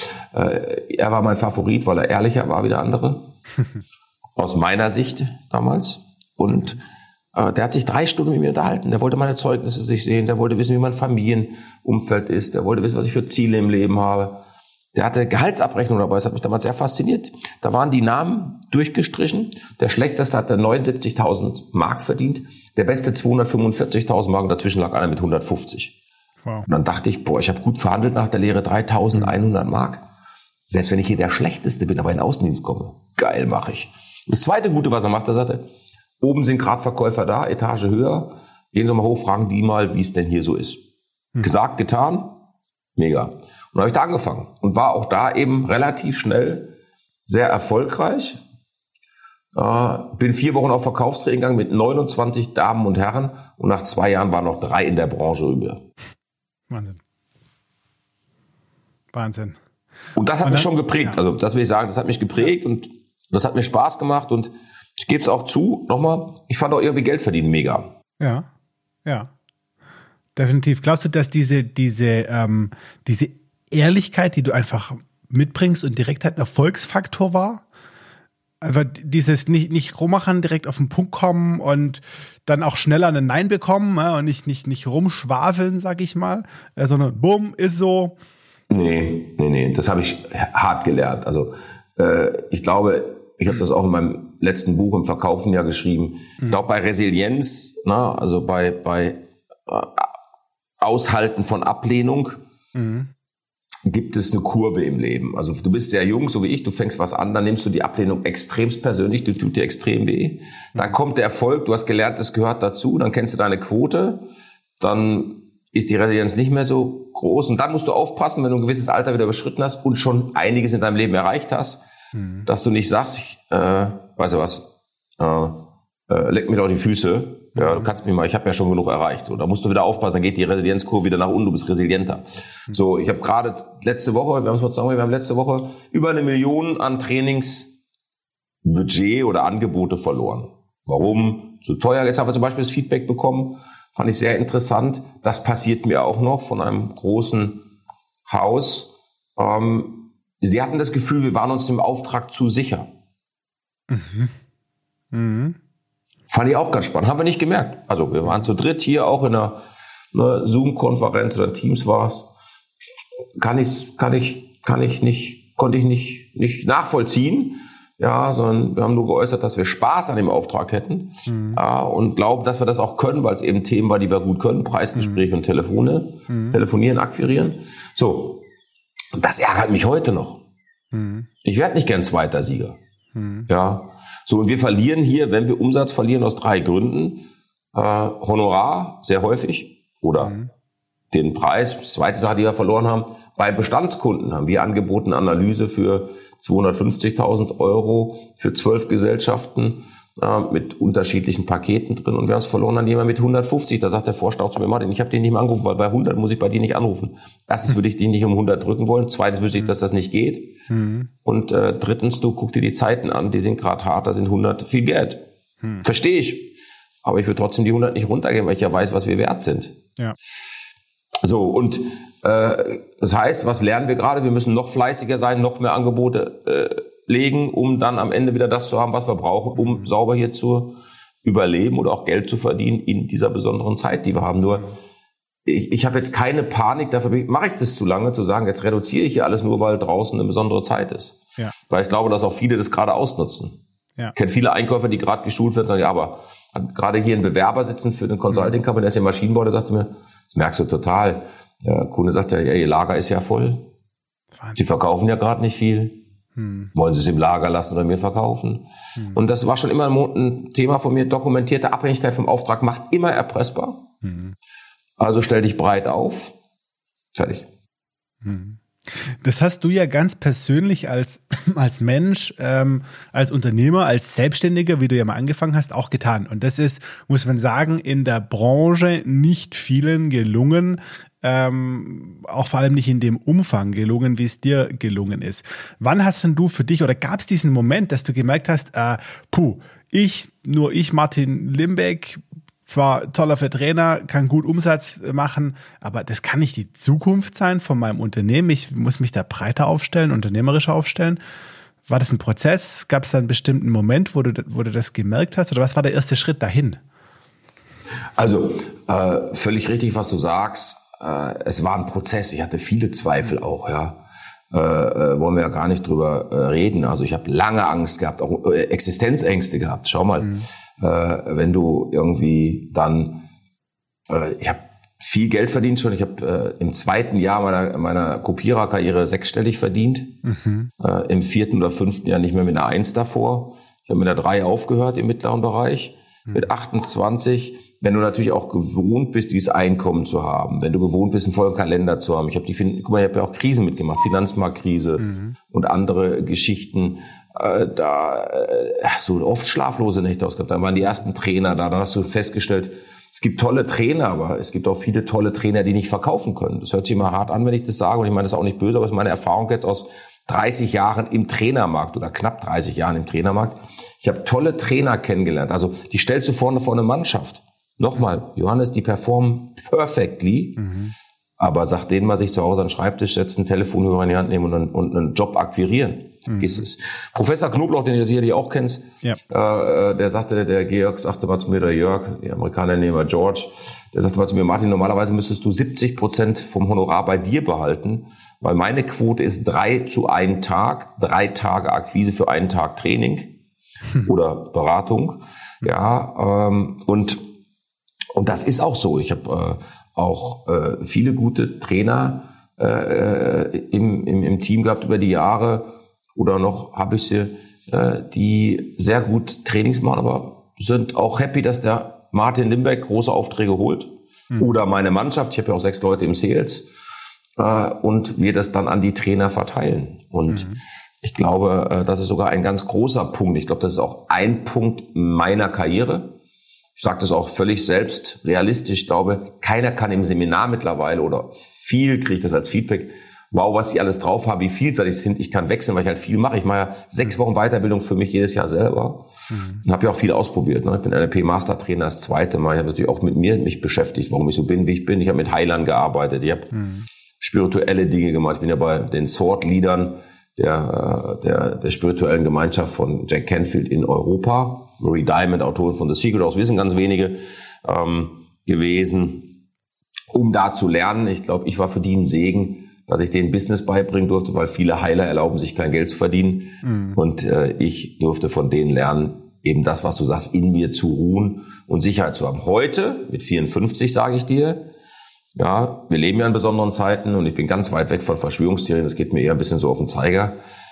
Er war mein Favorit, weil er ehrlicher war wie der andere. Aus meiner Sicht damals. Und der hat sich 3 Stunden mit mir unterhalten. Der wollte meine Zeugnisse sich sehen. Der wollte wissen, wie mein Familienumfeld ist. Der wollte wissen, was ich für Ziele im Leben habe. Der hatte Gehaltsabrechnung dabei. Das hat mich damals sehr fasziniert. Da waren die Namen durchgestrichen. Der Schlechteste hat 79.000 Mark verdient. Der Beste 245.000 Mark. Und dazwischen lag einer mit 150. Wow. Und dann dachte ich, ich habe gut verhandelt nach der Lehre. 3.100 Mark. Selbst wenn ich hier der Schlechteste bin, aber in den Außendienst komme. Geil, mache ich. Das zweite Gute, was er macht, er sagte, oben sind gerade Verkäufer da, Etage höher. Gehen Sie mal hoch, fragen die mal, wie es denn hier so ist. Gesagt, getan, mega. Und dann habe ich da angefangen und war auch da eben relativ schnell sehr erfolgreich. Bin 4 Wochen auf Verkaufstraining gegangen mit 29 Damen und Herren und nach 2 Jahren waren noch 3 in der Branche über. Wahnsinn. Und das hat mich schon geprägt. Ja. Also das will ich sagen, das hat mich geprägt und das hat mir Spaß gemacht und ich gebe es auch zu, nochmal, ich fand auch irgendwie Geld verdienen mega. Ja. Definitiv. Glaubst du, dass diese Ehrlichkeit, die du einfach mitbringst und Direktheit ein Erfolgsfaktor war? Einfach dieses nicht rummachen, direkt auf den Punkt kommen und dann auch schneller einen Nein bekommen, ja, und nicht rumschwafeln, sag ich mal, sondern bumm, ist so. Nee, das habe ich hart gelernt. Also ich glaube, ich habe das auch in meinem letzten Buch im Verkaufen ja geschrieben. Ich glaube, bei Resilienz, also bei Aushalten von Ablehnung, gibt es eine Kurve im Leben. Also du bist sehr jung, so wie ich, du fängst was an, dann nimmst du die Ablehnung extremst persönlich, die tut dir extrem weh. Dann kommt der Erfolg, du hast gelernt, das gehört dazu, dann kennst du deine Quote, dann ist die Resilienz nicht mehr so groß und dann musst du aufpassen, wenn du ein gewisses Alter wieder überschritten hast und schon einiges in deinem Leben erreicht hast, dass du nicht sagst, weißt du was, leck mir doch die Füße, ja, du kannst mich mal, ich habe ja schon genug erreicht. So, da musst du wieder aufpassen, dann geht die Resilienzkurve wieder nach unten, du bist resilienter. So, ich habe gerade letzte Woche, wir haben letzte Woche über 1 Million an Trainingsbudget oder Angebote verloren. Warum? Zu teuer. Jetzt haben wir zum Beispiel das Feedback bekommen, fand ich sehr interessant. Das passiert mir auch noch von einem großen Haus. Sie hatten das Gefühl, wir waren uns im Auftrag zu sicher. Fand ich auch ganz spannend. Haben wir nicht gemerkt. Also wir waren zu dritt hier auch in einer Zoom-Konferenz oder Teams war es. Konnte ich nicht nachvollziehen. Ja, sondern wir haben nur geäußert, dass wir Spaß an dem Auftrag hätten und glauben, dass wir das auch können, weil es eben Themen war, die wir gut können. Preisgespräche und Telefonieren, akquirieren. So. Und das ärgert mich heute noch. Ich werde nicht gern zweiter Sieger. Ja. So, und wir verlieren hier, wenn wir Umsatz verlieren, aus 3 Gründen. Honorar, sehr häufig, oder den Preis. Die zweite Sache, die wir verloren haben, bei Bestandskunden haben wir angeboten Analyse für 250.000 € für 12 Gesellschaften mit unterschiedlichen Paketen drin, und wir haben es verloren an jemand mit 150. Da sagt der Vorstand zu mir, Martin, ich habe den nicht mehr angerufen, weil bei 100 muss ich bei dir nicht anrufen. Erstens würde ich den nicht um 100 drücken wollen, zweitens wüsste ich, dass das nicht geht, und drittens, du guck dir die Zeiten an, die sind gerade hart, da sind 100 viel Geld. Verstehe ich, aber ich würde trotzdem die 100 nicht runtergehen, weil ich ja weiß, was wir wert sind. Ja. So, und das heißt, was lernen wir gerade? Wir müssen noch fleißiger sein, noch mehr Angebote legen, um dann am Ende wieder das zu haben, was wir brauchen, um sauber hier zu überleben oder auch Geld zu verdienen in dieser besonderen Zeit, die wir haben. Nur, ich habe jetzt keine Panik, dafür mache ich das zu lange, zu sagen, jetzt reduziere ich hier alles nur, weil draußen eine besondere Zeit ist. Ja. Weil ich glaube, dass auch viele das gerade ausnutzen. Ja. Ich kenne viele Einkäufer, die gerade geschult werden, sagen, ja, aber gerade hier ein Bewerber sitzen für den Consulting Company, der ist im Maschinenbau, der sagte mir, das merkst du total. Der Kunde sagt ja, ihr Lager ist ja voll. Wahnsinn. Sie verkaufen ja gerade nicht viel. Wollen Sie es im Lager lassen oder mir verkaufen? Und das war schon immer ein Thema von mir. Dokumentierte Abhängigkeit vom Auftrag macht immer erpressbar. Also stell dich breit auf. Fertig. Das hast du ja ganz persönlich als Mensch, als Unternehmer, als Selbstständiger, wie du ja mal angefangen hast, auch getan. Und das ist, muss man sagen, in der Branche nicht vielen gelungen, auch vor allem nicht in dem Umfang gelungen, wie es dir gelungen ist. Wann hast denn du für dich, oder gab es diesen Moment, dass du gemerkt hast, ich, Martin Limbeck, zwar toller Vertrainer, kann gut Umsatz machen, aber das kann nicht die Zukunft sein von meinem Unternehmen. Ich muss mich da breiter aufstellen, unternehmerischer aufstellen. War das ein Prozess? Gab es da einen bestimmten Moment, wo du das gemerkt hast? Oder was war der erste Schritt dahin? Also völlig richtig, was du sagst. Es war ein Prozess. Ich hatte viele Zweifel auch, ja. Wollen wir ja gar nicht drüber reden. Also ich habe lange Angst gehabt, auch Existenzängste gehabt. Schau mal, wenn du irgendwie dann, ich habe viel Geld verdient schon. Ich habe im 2. Jahr meiner Kopiererkarriere 6-stellig verdient. Im 4. oder 5. Jahr nicht mehr mit einer 1 davor. Ich habe mit einer 3 aufgehört im mittleren Bereich. Mit 28, wenn du natürlich auch gewohnt bist, dieses Einkommen zu haben, wenn du gewohnt bist, einen vollen Kalender zu haben. Ich habe ja auch Krisen mitgemacht, Finanzmarktkrise und andere Geschichten. Da hast du oft schlaflose Nächte ausgehabt. Dann waren die ersten Trainer da. Dann hast du festgestellt, es gibt tolle Trainer, aber es gibt auch viele tolle Trainer, die nicht verkaufen können. Das hört sich immer hart an, wenn ich das sage. Und ich meine das auch nicht böse, aber es ist meine Erfahrung jetzt aus 30 Jahren im Trainermarkt oder knapp 30 Jahren im Trainermarkt. Ich habe tolle Trainer kennengelernt. Also die stellst du vorne vor eine Mannschaft. Nochmal, Johannes, die performen perfectly. Aber sag denen mal, sich zu Hause an den Schreibtisch setzen, Telefonhörer in die Hand nehmen und einen Job akquirieren. Vergiss es. Professor Knobloch, den du sicherlich auch kennst, der Georg sagte mal zu mir, der Jörg, die Amerikaner nehmen wir George, der sagte mal zu mir, Martin, normalerweise müsstest du 70% vom Honorar bei dir behalten, weil meine Quote ist 3 zu 1 Tag, 3 Tage Akquise für 1 Tag Training oder Beratung. Ja, und das ist auch so. Ich habe auch viele gute Trainer im Team gehabt über die Jahre, oder noch habe ich sie, die sehr gut Trainings machen, aber sind auch happy, dass der Martin Limbeck große Aufträge holt. Oder meine Mannschaft, ich habe ja auch 6 Leute im Sales, und wir das dann an die Trainer verteilen. Und ich glaube, das ist sogar ein ganz großer Punkt. Ich glaube, das ist auch ein Punkt meiner Karriere. Ich sage das auch völlig selbst realistisch. Ich glaube, keiner kann im Seminar mittlerweile, oder viel kriege ich das als Feedback, wow, was sie alles drauf haben, wie vielseitig sind. Ich kann wechseln, weil ich halt viel mache. Ich mache ja 6 Wochen Weiterbildung für mich jedes Jahr selber und habe ja auch viel ausprobiert. Ne? Ich bin NLP Mastertrainer das 2. Mal. Ich habe natürlich auch mit mich beschäftigt, warum ich so bin, wie ich bin. Ich habe mit Heilern gearbeitet. Ich habe spirituelle Dinge gemacht. Ich bin ja bei den Sword Leadern der spirituellen Gemeinschaft von Jack Canfield in Europa. Marie Diamond, Autorin von The Secret, auch wissen ganz wenige gewesen, um da zu lernen. Ich glaube, ich war für die ein Segen, dass ich denen Business beibringen durfte, weil viele Heiler erlauben sich kein Geld zu verdienen. Und ich durfte von denen lernen, eben das, was du sagst, in mir zu ruhen und Sicherheit zu haben. Heute, mit 54, sage ich dir, ja, wir leben ja in besonderen Zeiten und ich bin ganz weit weg von Verschwörungstheorien, das geht mir eher ein bisschen so auf den Zeiger.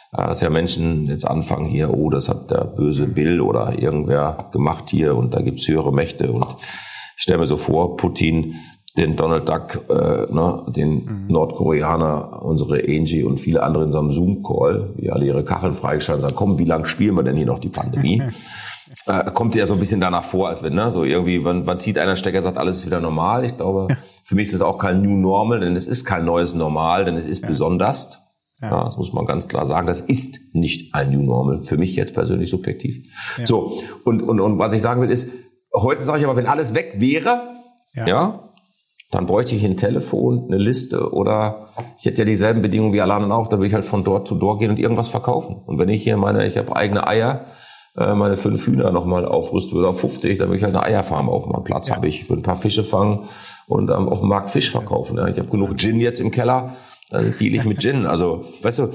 dass ja Menschen jetzt anfangen hier, oh, das hat der böse Bill oder irgendwer gemacht hier und da gibt's höhere Mächte. Und ich stelle mir so vor, Putin, den Donald Duck, den Nordkoreaner, unsere Angie und viele andere in so einem Zoom-Call, die alle ihre Kacheln freigeschaltet sagen, komm, wie lange spielen wir denn hier noch die Pandemie? Kommt ja so ein bisschen danach vor, als wenn, so irgendwie, wann zieht einer einen Stecker, sagt, alles ist wieder normal. Ich glaube, für mich ist es auch kein New Normal, denn es ist kein neues Normal, denn es ist besonders. Ja, das muss man ganz klar sagen. Das ist nicht ein New Normal. Für mich jetzt persönlich subjektiv. Ja. So. Und was ich sagen will ist, heute sage ich aber, wenn alles weg wäre, dann bräuchte ich ein Telefon, eine Liste oder ich hätte ja dieselben Bedingungen wie alle anderen auch, dann würde ich halt von Door zu Door gehen und irgendwas verkaufen. Und wenn ich hier ich habe eigene Eier, meine 5 Hühner nochmal aufrüsten würde auf 50, dann würde ich halt eine Eierfarm auf meinem Platz habe ich, würde ein paar Fische fangen und auf dem Markt Fisch verkaufen. Ja. Ich habe genug Gin jetzt im Keller, dann deal ich mit Gin. Also, weißt du,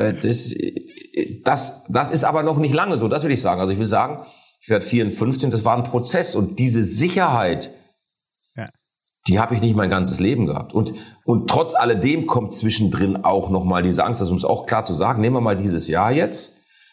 das ist aber noch nicht lange so, das will ich sagen. Also ich will sagen, ich werde 54 und das war ein Prozess und diese Sicherheit, die habe ich nicht mein ganzes Leben gehabt. Und trotz alledem kommt zwischendrin auch nochmal diese Angst, das ist uns auch klar zu sagen. Nehmen wir mal dieses Jahr jetzt.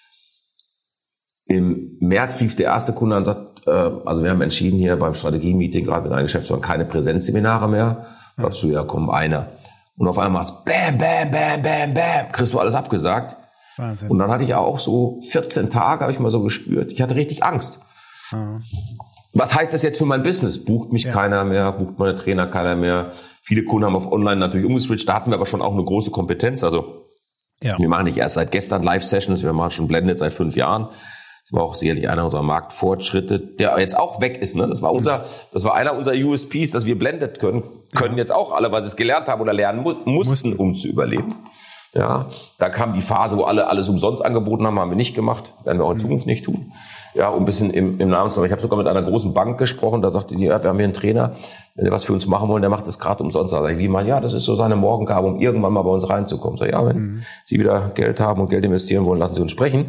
Im März rief der erste Kunde an und sagt, also wir haben entschieden hier beim Strategie-Meeting, gerade mit einem Geschäftsführer, keine Präsenzseminare mehr. Dazu komm, einer. Und auf einmal macht's bam, bam, bam, bam, bam. Kriegst du alles abgesagt. Wahnsinn. Und dann hatte ich auch so 14 Tage, habe ich mal so gespürt. Ich hatte richtig Angst. Was heißt das jetzt für mein Business? Bucht mich keiner mehr, bucht meine Trainer keiner mehr. Viele Kunden haben auf Online natürlich umgeswitcht. Da hatten wir aber schon auch eine große Kompetenz. Also wir machen nicht erst seit gestern Live-Sessions, wir machen schon Blended seit 5 Jahren. Das war auch sicherlich einer unserer Marktfortschritte, der jetzt auch weg ist. Ne? Das war einer unserer USPs, dass wir Blended können jetzt auch alle, weil sie es gelernt haben oder lernen mussten, um zu überleben. Ja, da kam die Phase, wo alle alles umsonst angeboten haben wir nicht gemacht, werden wir auch in Zukunft nicht tun. Ja, um ein bisschen im Namen zu sagen. Ich habe sogar mit einer großen Bank gesprochen, da sagte die, wir haben hier einen Trainer, wenn wir was für uns machen wollen, der macht das gerade umsonst. Da sag ich, wie mal, das ist so seine Morgengabe, um irgendwann mal bei uns reinzukommen. So, wenn Sie wieder Geld haben und Geld investieren wollen, lassen Sie uns sprechen.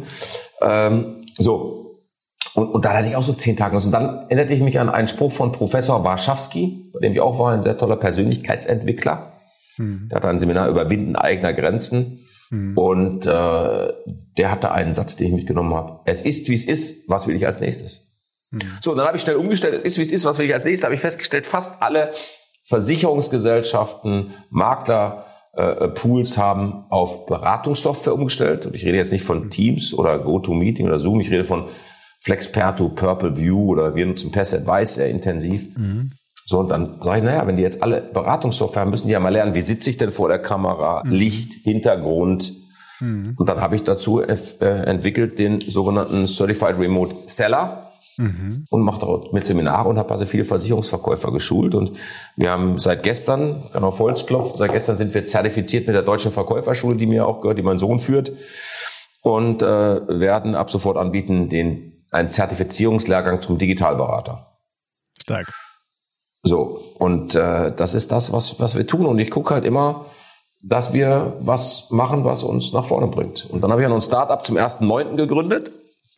Und da hatte ich auch so 10 Tage. Und dann erinnerte ich mich an einen Spruch von Professor Warschawski, bei dem ich auch war, ein sehr toller Persönlichkeitsentwickler. Der hatte ein Seminar Überwinden eigener Grenzen. Und der hatte einen Satz, den ich mitgenommen habe. Es ist, wie es ist, was will ich als nächstes? So, dann habe ich schnell umgestellt, es ist, wie es ist, was will ich als nächstes? Da habe ich festgestellt, fast alle Versicherungsgesellschaften, Makler, Pools haben auf Beratungssoftware umgestellt. Und ich rede jetzt nicht von Teams oder GoToMeeting oder Zoom, ich rede von Flexperto, Purple View oder wir nutzen Pass Advice sehr intensiv. So, und dann sage ich, wenn die jetzt alle Beratungssoftware haben, müssen die ja mal lernen, wie sitze ich denn vor der Kamera, Licht, Hintergrund. Und dann habe ich dazu entwickelt den sogenannten Certified Remote Seller und mache dort mit Seminare und habe also viele Versicherungsverkäufer geschult. Und wir haben seit gestern, kann auf Holz klopfen, seit gestern sind wir zertifiziert mit der Deutschen Verkäuferschule, die mir auch gehört, die mein Sohn führt. Und werden ab sofort anbieten einen Zertifizierungslehrgang zum Digitalberater. Stark. So, und das ist das, was wir tun. Und ich gucke halt immer, dass wir was machen, was uns nach vorne bringt. Und dann habe ich ein Startup zum 1.9. gegründet.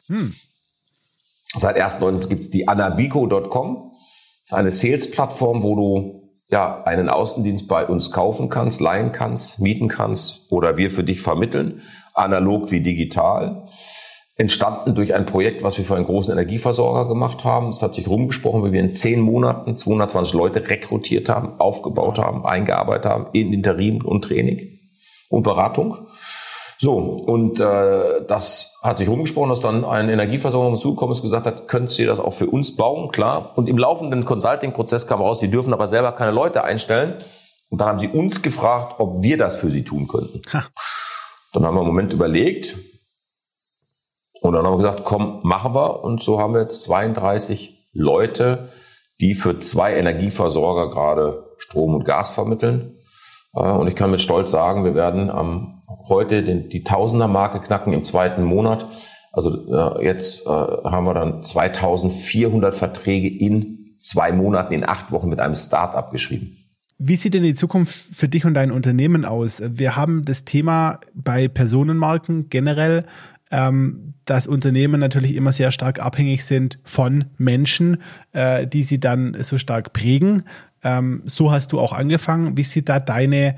Seit 1.9. gibt es die anabico.com. Das ist eine Sales-Plattform, wo du einen Außendienst bei uns kaufen kannst, leihen kannst, mieten kannst oder wir für dich vermitteln, analog wie digital. Entstanden durch ein Projekt, was wir für einen großen Energieversorger gemacht haben. Es hat sich rumgesprochen, wie wir in 10 Monaten 220 Leute rekrutiert haben, aufgebaut haben, eingearbeitet haben in Interim und Training und Beratung. So, und das hat sich rumgesprochen, dass dann ein Energieversorger dazugekommen ist, gesagt hat, könnt ihr das auch für uns bauen? Klar. Und im laufenden Consulting-Prozess kam raus, die dürfen aber selber keine Leute einstellen. Und dann haben sie uns gefragt, ob wir das für sie tun könnten. Dann haben wir einen Moment überlegt. Und dann haben wir gesagt, komm, machen wir. Und so haben wir jetzt 32 Leute, die für 2 Energieversorger gerade Strom und Gas vermitteln. Und ich kann mit Stolz sagen, wir werden heute die Tausender-Marke knacken im 2. Monat. Also jetzt haben wir dann 2400 Verträge in 2 Monaten, in 8 Wochen mit einem Start-up geschrieben. Wie sieht denn die Zukunft für dich und dein Unternehmen aus? Wir haben das Thema bei Personenmarken generell dass Unternehmen natürlich immer sehr stark abhängig sind von Menschen, die sie dann so stark prägen. So hast du auch angefangen. Wie sieht da deine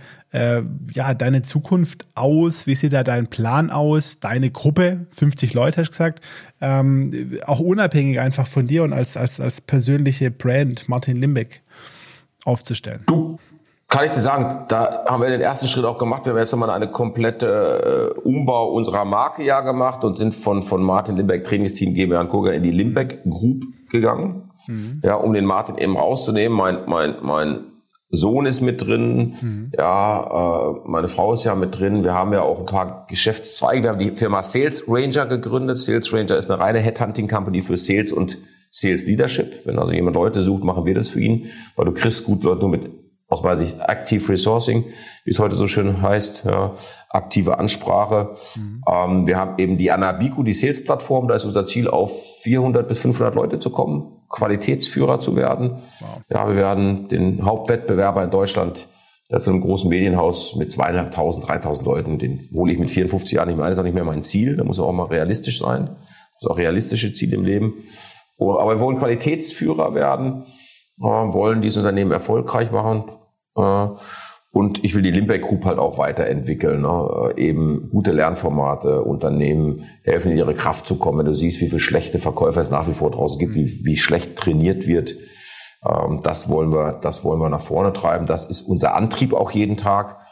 Zukunft aus? Wie sieht da dein Plan aus? Deine Gruppe, 50 Leute hast du gesagt, auch unabhängig einfach von dir und als persönliche Brand Martin Limbeck aufzustellen? Du, kann ich dir sagen, da haben wir den ersten Schritt auch gemacht. Wir haben jetzt nochmal eine komplette Umbau unserer Marke gemacht und sind von Martin Limbeck Trainingsteam GmbH & Co. in die Limbeck Group gegangen. Ja, um den Martin eben rauszunehmen. Mein Sohn ist mit drin, meine Frau ist ja mit drin. Wir haben ja auch ein paar Geschäftszweige. Wir haben die Firma Sales Ranger gegründet. Sales Ranger ist eine reine Headhunting Company für Sales und Sales Leadership. Wenn also jemand Leute sucht, machen wir das für ihn, weil du kriegst gut Leute nur mit, aus meiner Sicht, Active Resourcing, wie es heute so schön heißt, aktive Ansprache. Wir haben eben die Anabiku, die Sales-Plattform, da ist unser Ziel, auf 400 bis 500 Leute zu kommen, Qualitätsführer zu werden. Wow. Ja, wir werden den Hauptwettbewerber in Deutschland, das ist ein großes Medienhaus mit 2.500, 3.000 Leuten, den hole ich mit 54 Jahren nicht mehr ein, das ist auch nicht mehr mein Ziel, da muss man auch mal realistisch sein, muss auch realistische Ziele im Leben. Aber wir wollen Qualitätsführer werden, wollen dieses Unternehmen erfolgreich machen, und ich will die Limbeck Group halt auch weiterentwickeln, eben gute Lernformate, Unternehmen helfen, in ihre Kraft zu kommen. Wenn du siehst, wie viele schlechte Verkäufer es nach wie vor draußen gibt, wie schlecht trainiert wird, das wollen wir nach vorne treiben. Das ist unser Antrieb auch jeden Tag.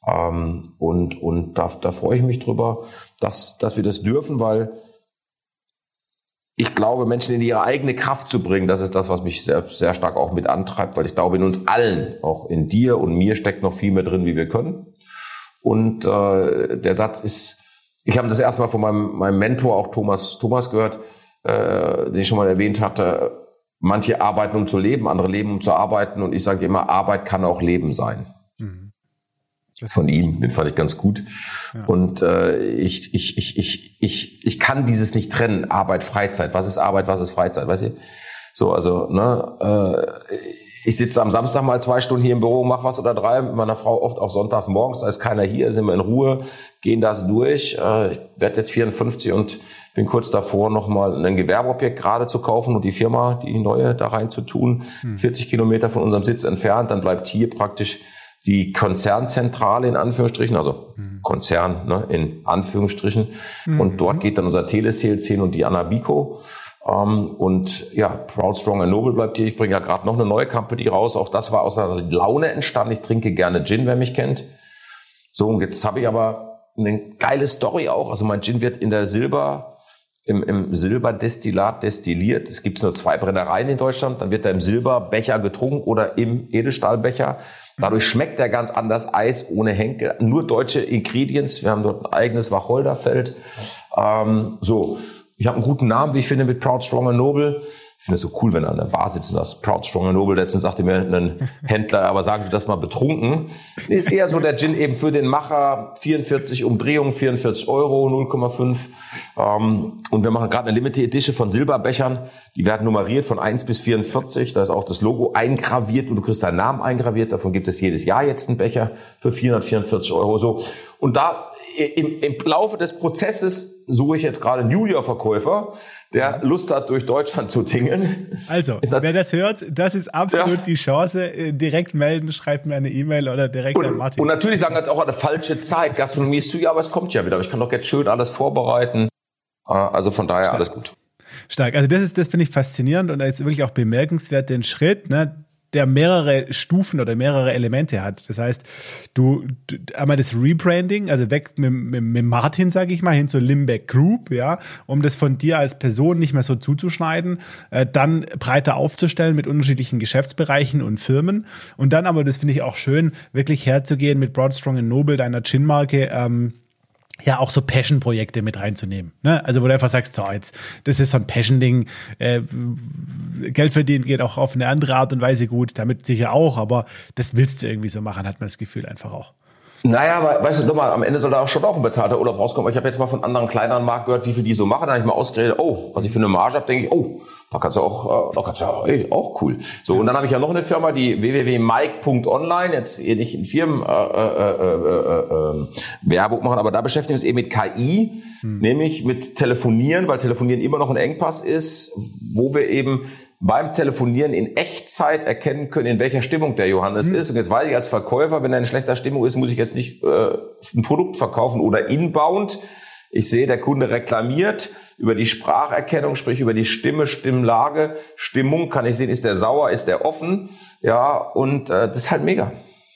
Und da freue ich mich drüber, dass wir das dürfen, weil ich glaube, Menschen in ihre eigene Kraft zu bringen, das ist das, was mich sehr, sehr stark auch mit antreibt, weil ich glaube, in uns allen, auch in dir und mir, steckt noch viel mehr drin, wie wir können. Und der Satz ist, ich habe das erstmal von meinem Mentor, auch Thomas gehört, den ich schon mal erwähnt hatte, manche arbeiten, um zu leben, andere leben, um zu arbeiten. Und ich sage immer, Arbeit kann auch Leben sein. Das von ihm, den fand ich ganz gut. Ja. Und ich kann dieses nicht trennen, Arbeit, Freizeit. Was ist Arbeit, was ist Freizeit, weißt du? So, also, ich sitze am Samstag mal 2 Stunden hier im Büro, mach was oder 3 mit meiner Frau, oft auch sonntags morgens, da ist keiner hier, sind wir in Ruhe, gehen das durch. Ich werde jetzt 54 und bin kurz davor, nochmal ein Gewerbeobjekt gerade zu kaufen und die Firma, die neue, da rein zu tun. 40 Kilometer von unserem Sitz entfernt, dann bleibt hier praktisch die Konzernzentrale in Anführungsstrichen, also Konzern in Anführungsstrichen. Und dort geht dann unser Telesales hin und die Anabiku. Und ja, Proud, Strong and Noble bleibt hier. Ich bringe ja gerade noch eine neue Company raus. Auch das war aus einer Laune entstanden. Ich trinke gerne Gin, wer mich kennt. So, und jetzt habe ich aber eine geile Story auch. Also mein Gin wird in der im Silberdestillat destilliert. Es gibt nur 2 Brennereien in Deutschland. Dann wird er im Silberbecher getrunken oder im Edelstahlbecher. Dadurch schmeckt er ganz anders, Eis ohne Henkel. Nur deutsche Ingredients. Wir haben dort ein eigenes Wacholderfeld. Ich habe einen guten Namen, wie ich finde, mit Proud, Strong and Noble. Ich finde es so cool, wenn er an der Bar sitzt und das Proud, Strong and Noble letztens sagte mir ein Händler, aber sagen Sie das mal betrunken. Ist eher so der Gin eben für den Macher, 44 Umdrehungen, 44 Euro, 0,5. Und wir machen gerade eine Limited Edition von Silberbechern. Die werden nummeriert von 1 bis 44. Da ist auch das Logo eingraviert und du kriegst deinen Namen eingraviert. Davon gibt es jedes Jahr jetzt einen Becher für 444 Euro. So. Und da im Laufe des Prozesses suche ich jetzt gerade einen Junior-Verkäufer, der Lust hat, durch Deutschland zu tingeln. Also, wer das hört, das ist absolut die Chance. Direkt melden, schreibt mir eine E-Mail oder direkt an Martin. Und natürlich sagen das auch eine falsche Zeit. Gastronomie ist zu, ja, aber es kommt ja wieder. Aber ich kann doch jetzt schön alles vorbereiten. Also von daher alles gut. Stark. Also das finde ich faszinierend und jetzt wirklich auch bemerkenswert den Schritt, der mehrere Stufen oder mehrere Elemente hat. Das heißt, du einmal das Rebranding, also weg mit Martin, sage ich mal, hin zur Limbeck Group, ja, um das von dir als Person nicht mehr so zuzuschneiden, dann breiter aufzustellen mit unterschiedlichen Geschäftsbereichen und Firmen und dann aber, das finde ich auch schön, wirklich herzugehen mit Proud, Strong and Noble, deiner Gin-Marke, ja, auch so Passion-Projekte mit reinzunehmen. Ne? Also wo du einfach sagst, so jetzt, das ist so ein Passion-Ding, Geld verdienen geht auch auf eine andere Art und Weise gut, damit sicher auch, aber das willst du irgendwie so machen, hat man das Gefühl einfach auch. Naja, aber weißt du, nochmal, am Ende soll da auch schon auch ein bezahlter Urlaub rauskommen. Ich habe jetzt mal von anderen kleineren Marken gehört, wie viel die so machen. Da habe ich mal ausgerechnet, was ich für eine Marge habe, denke ich, Da kannst du auch cool. So, und dann habe ich ja noch eine Firma, die www.mike.online, jetzt hier nicht in Firmen Werbung machen, aber da beschäftigen wir uns eben mit KI, nämlich mit Telefonieren, weil Telefonieren immer noch ein Engpass ist, wo wir eben beim Telefonieren in Echtzeit erkennen können, in welcher Stimmung der Johannes ist. Und jetzt weiß ich als Verkäufer, wenn er in schlechter Stimmung ist, muss ich jetzt nicht ein Produkt verkaufen oder inbound. Ich sehe, der Kunde reklamiert über die Spracherkennung, sprich über die Stimme, Stimmlage, Stimmung, kann ich sehen, ist der sauer, ist der offen, ja, und das ist halt mega.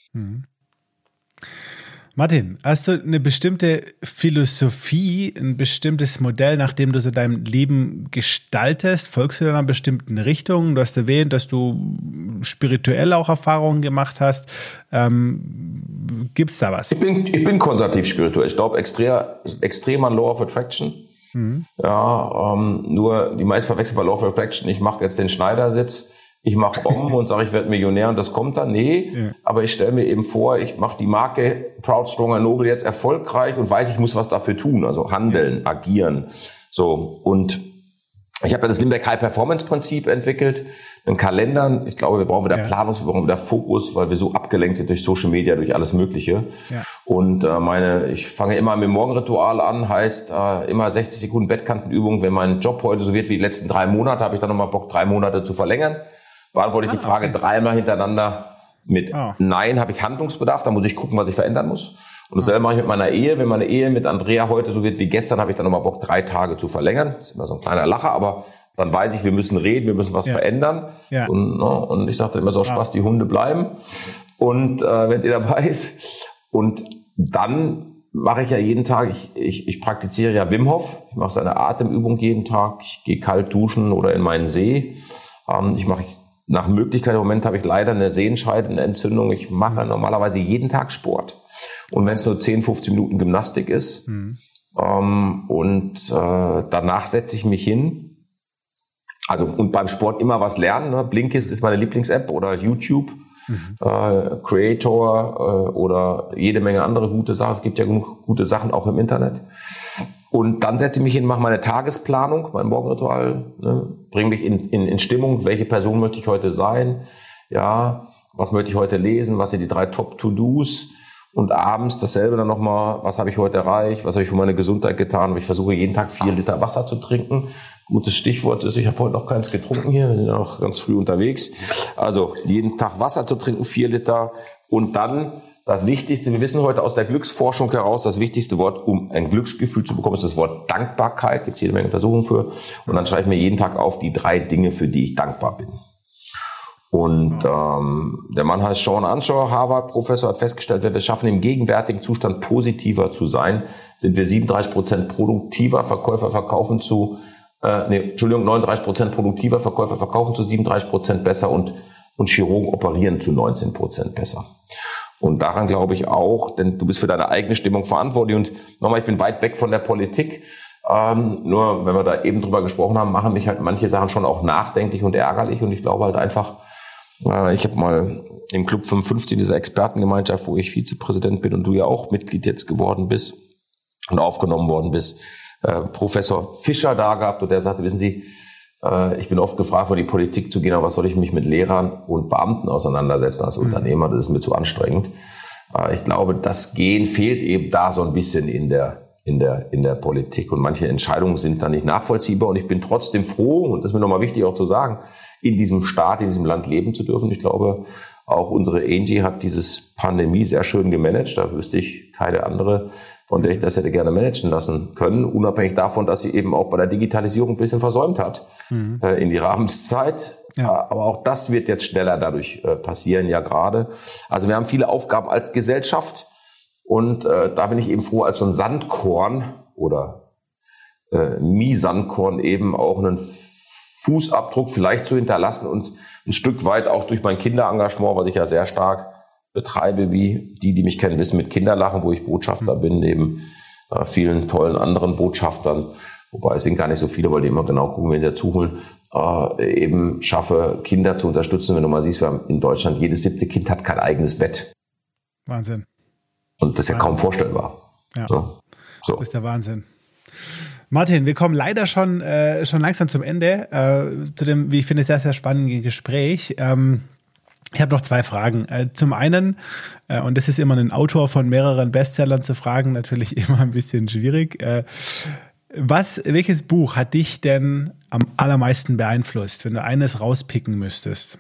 Martin, hast du eine bestimmte Philosophie, ein bestimmtes Modell, nach dem du so dein Leben gestaltest? Folgst du in einer bestimmten Richtung? Du hast erwähnt, dass du spirituell auch Erfahrungen gemacht hast. Gibt's da was? Ich bin konservativ spirituell. Ich glaube extrem an Law of Attraction. Ja, nur die meisten verwechseln bei Law of Attraction. Ich mache jetzt den Schneidersitz. Ich mache und sage, ich werde Millionär und das kommt dann. Nee, aber ich stelle mir eben vor, ich mache die Marke Proud, Stronger, Noble jetzt erfolgreich und weiß, ich muss was dafür tun, also handeln, agieren. So, und ich habe ja das Limbeck High Performance Prinzip entwickelt, einen Kalender. Ich glaube, wir brauchen wieder Planung, wir brauchen wieder Fokus, weil wir so abgelenkt sind durch Social Media, durch alles Mögliche. Ja. Und ich fange immer mit dem Morgenritual an, heißt immer 60 Sekunden Bettkantenübung. Wenn mein Job heute so wird wie die letzten 3 Monate, habe ich dann nochmal Bock, 3 Monate zu verlängern. Beantworte ich die Frage 3-mal hintereinander mit Nein, habe ich Handlungsbedarf, da muss ich gucken, was ich verändern muss. Und dasselbe mache ich mit meiner Ehe. Wenn meine Ehe mit Andrea heute so wird wie gestern, habe ich dann nochmal Bock, 3 Tage zu verlängern. Das ist immer so ein kleiner Lacher, aber dann weiß ich, wir müssen reden, wir müssen was verändern. Ja. Und ich sage dann immer so, Spaß, die Hunde bleiben. Und wenn ihr dabei ist. Und dann mache ich ja jeden Tag, ich praktiziere ja Wim Hof. Ich mache seine Atemübung jeden Tag. Ich gehe kalt duschen oder in meinen See. Nach Möglichkeit, im Moment habe ich leider eine Sehenscheidenentzündung. Ich mache normalerweise jeden Tag Sport. Und wenn es nur 10, 15 Minuten Gymnastik ist. Danach setze ich mich hin. Also, und beim Sport immer was lernen. Ne? Blinkist ist meine Lieblings-App oder YouTube, Creator oder jede Menge andere gute Sachen. Es gibt ja genug gute Sachen auch im Internet. Und dann setze ich mich hin, mache meine Tagesplanung, mein Morgenritual, bringe mich in Stimmung, welche Person möchte ich heute sein, ja, was möchte ich heute lesen, was sind die 3 Top-To-Dos und abends dasselbe dann nochmal, was habe ich heute erreicht, was habe ich für meine Gesundheit getan. Und ich versuche jeden Tag 4 Liter Wasser zu trinken. Gutes Stichwort ist, ich habe heute noch keins getrunken hier, wir sind ja noch ganz früh unterwegs. Also jeden Tag Wasser zu trinken, 4 Liter und dann das Wichtigste, wir wissen heute aus der Glücksforschung heraus, das wichtigste Wort, um ein Glücksgefühl zu bekommen, ist das Wort Dankbarkeit. Gibt es jede Menge Untersuchungen für. Und dann schreibe ich mir jeden Tag auf die 3 Dinge, für die ich dankbar bin. Und der Mann heißt Sean Anshaw, Harvard-Professor, hat festgestellt, wenn wir es schaffen, im gegenwärtigen Zustand positiver zu sein, sind wir 37% produktiver, 39% produktiver, Verkäufer verkaufen zu 37% besser und Chirurgen operieren zu 19% besser. Und daran glaube ich auch, denn du bist für deine eigene Stimmung verantwortlich. Und nochmal, ich bin weit weg von der Politik. Nur, wenn wir da eben drüber gesprochen haben, machen mich halt manche Sachen schon auch nachdenklich und ärgerlich. Und ich glaube halt einfach, ich habe mal im Club 55, dieser Expertengemeinschaft, wo ich Vizepräsident bin und du ja auch Mitglied jetzt geworden bist und aufgenommen worden bist, Professor Fischer da gehabt und der sagte, wissen Sie, ich bin oft gefragt, vor die Politik zu gehen, aber was soll ich mich mit Lehrern und Beamten auseinandersetzen als Unternehmer? Das ist mir zu anstrengend. Ich glaube, das Gehen fehlt eben da so ein bisschen in der Politik und manche Entscheidungen sind dann nicht nachvollziehbar und ich bin trotzdem froh, und das ist mir nochmal wichtig auch zu sagen, in diesem Staat, in diesem Land leben zu dürfen. Ich glaube, auch unsere Angie hat dieses Pandemie sehr schön gemanagt. Da wüsste ich keine andere, von der ich das hätte gerne managen lassen können, unabhängig davon, dass sie eben auch bei der Digitalisierung ein bisschen versäumt hat in ihrer Amtszeit. Ja. Aber auch das wird jetzt schneller dadurch passieren, ja gerade. Also wir haben viele Aufgaben als Gesellschaft und da bin ich eben froh, als so ein Sandkorn oder Sandkorn eben auch einen Fußabdruck vielleicht zu hinterlassen und ein Stück weit auch durch mein Kinderengagement, was ich ja sehr stark betreibe, wie die mich kennen, wissen, mit Kinderlachen, wo ich Botschafter bin, neben vielen tollen anderen Botschaftern, wobei es sind gar nicht so viele, weil die immer genau gucken, wenn sie dazuholen, eben schaffe, Kinder zu unterstützen. Wenn du mal siehst, wir haben in Deutschland, jedes 7. Kind hat kein eigenes Bett. Wahnsinn. Und das ist ja kaum vorstellbar. Ja. So. Das ist der Wahnsinn. Martin, wir kommen leider schon langsam zum Ende, zu dem, wie ich finde, sehr, sehr spannenden Gespräch. Ich habe noch 2 Fragen. Zum einen, und das ist immer einen Autor von mehreren Bestsellern zu fragen, natürlich immer ein bisschen schwierig. Welches Buch hat dich denn am allermeisten beeinflusst, wenn du eines rauspicken müsstest?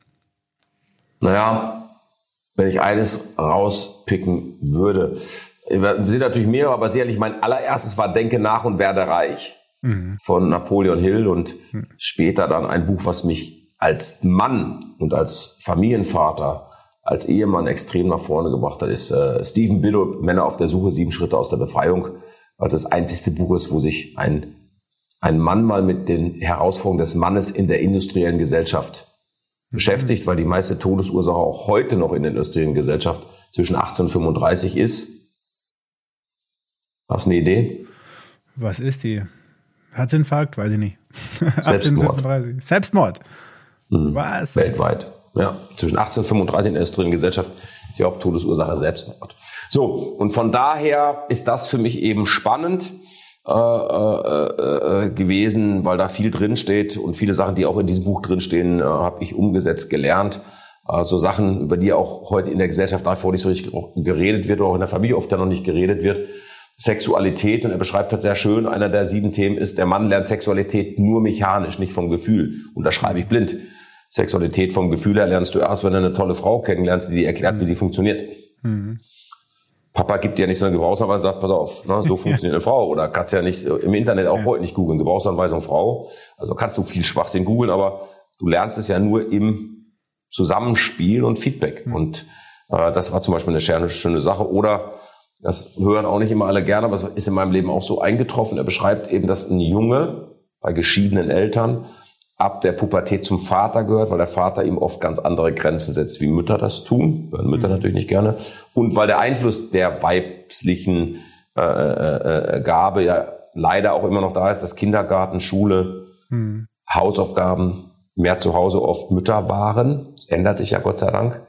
Naja, wenn ich eines rauspicken würde, sind natürlich mehrere, aber sicherlich mein allererstes war Denke nach und werde reich von Napoleon Hill und später dann ein Buch, was mich als Mann und als Familienvater, als Ehemann extrem nach vorne gebracht hat, ist Stephen Billow, Männer auf der Suche, 7 Schritte aus der Befreiung, weil es das einzigste Buch ist, wo sich ein Mann mal mit den Herausforderungen des Mannes in der industriellen Gesellschaft beschäftigt, weil die meiste Todesursache auch heute noch in der industriellen Gesellschaft zwischen 18 und 35 ist. Hast du eine Idee? Was ist die? Herzinfarkt? Weiß ich nicht. Selbstmord. Selbstmord? Was? Weltweit. Ja, zwischen 18 und 35 in der industriellen Gesellschaft ist die Haupttodesursache Selbstmord. So, und von daher ist das für mich eben spannend gewesen, weil da viel drinsteht und viele Sachen, die auch in diesem Buch drinstehen, habe ich umgesetzt, gelernt. So Sachen, über die auch heute in der Gesellschaft davor nicht so richtig geredet wird oder auch in der Familie oft ja noch nicht geredet wird. Sexualität, und er beschreibt halt sehr schön, einer der 7 Themen ist, der Mann lernt Sexualität nur mechanisch, nicht vom Gefühl. Und da schreibe ich blind. Sexualität vom Gefühl her lernst du erst, wenn du eine tolle Frau kennenlernst, die dir erklärt, wie sie funktioniert. Papa gibt dir nicht so eine Gebrauchsanweisung und sagt, pass auf, ne, so funktioniert eine Frau. Oder kannst ja nicht im Internet auch heute nicht googeln, Gebrauchsanweisung Frau. Also kannst du viel Schwachsinn googeln, aber du lernst es ja nur im Zusammenspiel und Feedback. Und das war zum Beispiel eine schöne Sache. Oder das hören auch nicht immer alle gerne, aber es ist in meinem Leben auch so eingetroffen. Er beschreibt eben, dass ein Junge bei geschiedenen Eltern ab der Pubertät zum Vater gehört, weil der Vater ihm oft ganz andere Grenzen setzt, wie Mütter das tun. Hören Mütter natürlich nicht gerne. Und weil der Einfluss der weiblichen Gabe ja leider auch immer noch da ist, dass Kindergarten, Schule, Hausaufgaben mehr zu Hause oft Mütter waren. Das ändert sich ja Gott sei Dank.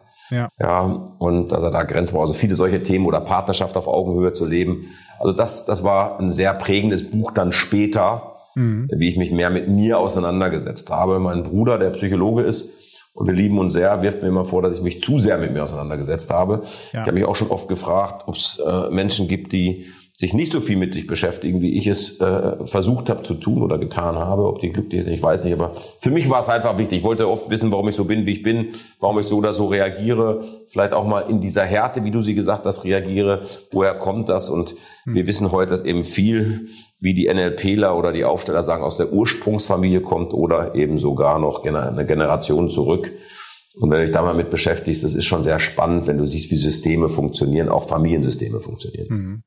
Ja, und dass er da Grenzen war, also viele solche Themen oder Partnerschaft auf Augenhöhe zu leben. Also das war ein sehr prägendes Buch dann später, wie ich mich mehr mit mir auseinandergesetzt habe. Mein Bruder, der Psychologe ist und wir lieben uns sehr, wirft mir immer vor, dass ich mich zu sehr mit mir auseinandergesetzt habe. Ja. Ich habe mich auch schon oft gefragt, ob es Menschen gibt, die sich nicht so viel mit sich beschäftigen, wie ich es versucht habe zu tun oder getan habe. Ob die glücklich sind, ich weiß nicht. Aber für mich war es einfach wichtig. Ich wollte oft wissen, warum ich so bin, wie ich bin, warum ich so oder so reagiere. Vielleicht auch mal in dieser Härte, wie du sie gesagt hast, reagiere. Woher kommt das? Und wir wissen heute, dass eben viel, wie die NLPler oder die Aufsteller sagen, aus der Ursprungsfamilie kommt oder eben sogar noch eine Generation zurück. Und wenn du dich da mal mit beschäftigst, das ist schon sehr spannend, wenn du siehst, wie Systeme funktionieren, auch Familiensysteme funktionieren.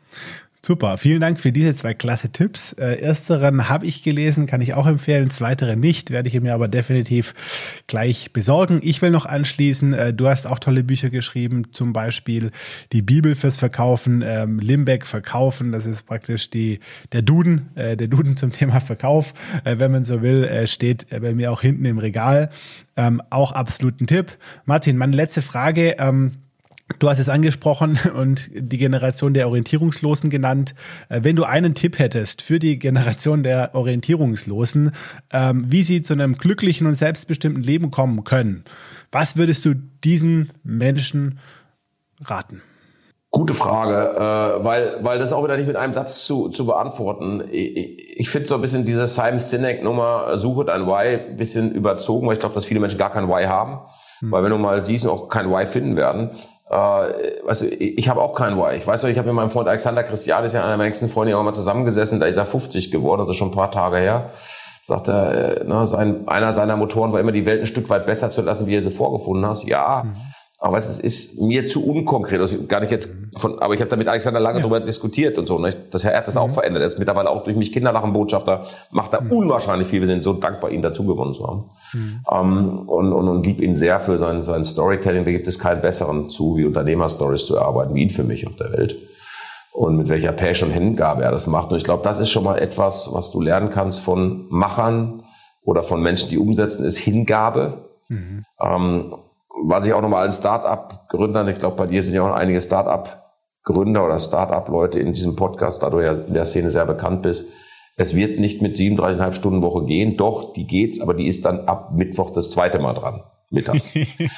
Super, vielen Dank für diese 2 klasse Tipps. Ersteren habe ich gelesen, kann ich auch empfehlen. Zweiteren nicht, werde ich mir aber definitiv gleich besorgen. Ich will noch anschließen, du hast auch tolle Bücher geschrieben, zum Beispiel die Bibel fürs Verkaufen, Limbeck Verkaufen, das ist praktisch der Duden zum Thema Verkauf, wenn man so will, steht bei mir auch hinten im Regal. Auch absolut ein Tipp. Martin, meine letzte Frage, du hast es angesprochen und die Generation der Orientierungslosen genannt. Wenn du einen Tipp hättest für die Generation der Orientierungslosen, wie sie zu einem glücklichen und selbstbestimmten Leben kommen können, was würdest du diesen Menschen raten? Gute Frage, weil das auch wieder nicht mit einem Satz zu beantworten. Ich finde so ein bisschen diese Simon Sinek-Nummer, suche dein Why, ein bisschen überzogen, weil ich glaube, dass viele Menschen gar kein Why haben. Weil wenn du mal siehst und auch kein Why finden werden, weißt du, ich habe auch kein Why. Ich weiß noch, ich habe mit meinem Freund Alexander Christian, ist ja einer meiner engsten Freunde, auch mal zusammengesessen, da ist er 50 geworden, also schon ein paar Tage her. Sagt er, einer seiner Motoren war immer, die Welt ein Stück weit besser zu lassen, wie er sie vorgefunden hast. Ja, aber weißt du, es ist mir zu unkonkret. Also gar nicht jetzt aber ich habe da mit Alexander lange drüber diskutiert und so. Ne? Er hat das auch verändert. Er ist mittlerweile auch durch mich Kinderlachenbotschafter, macht da unwahrscheinlich viel. Wir sind so dankbar, ihn dazu gewonnen zu haben. Und lieb ihn sehr für sein Storytelling. Da gibt es keinen besseren zu, wie Unternehmerstories zu erarbeiten, wie ihn für mich auf der Welt. Und mit welcher Passion und Hingabe er das macht. Und ich glaube, das ist schon mal etwas, was du lernen kannst von Machern oder von Menschen, die umsetzen, ist Hingabe. Was ich auch nochmal als Start-up-Gründern, ich glaube, bei dir sind ja auch einige Start-up Gründer oder Start-up-Leute in diesem Podcast, da du ja in der Szene sehr bekannt bist, es wird nicht mit 37,5 Stunden Woche gehen. Doch, die geht's, aber die ist dann ab Mittwoch das zweite Mal dran, mittags.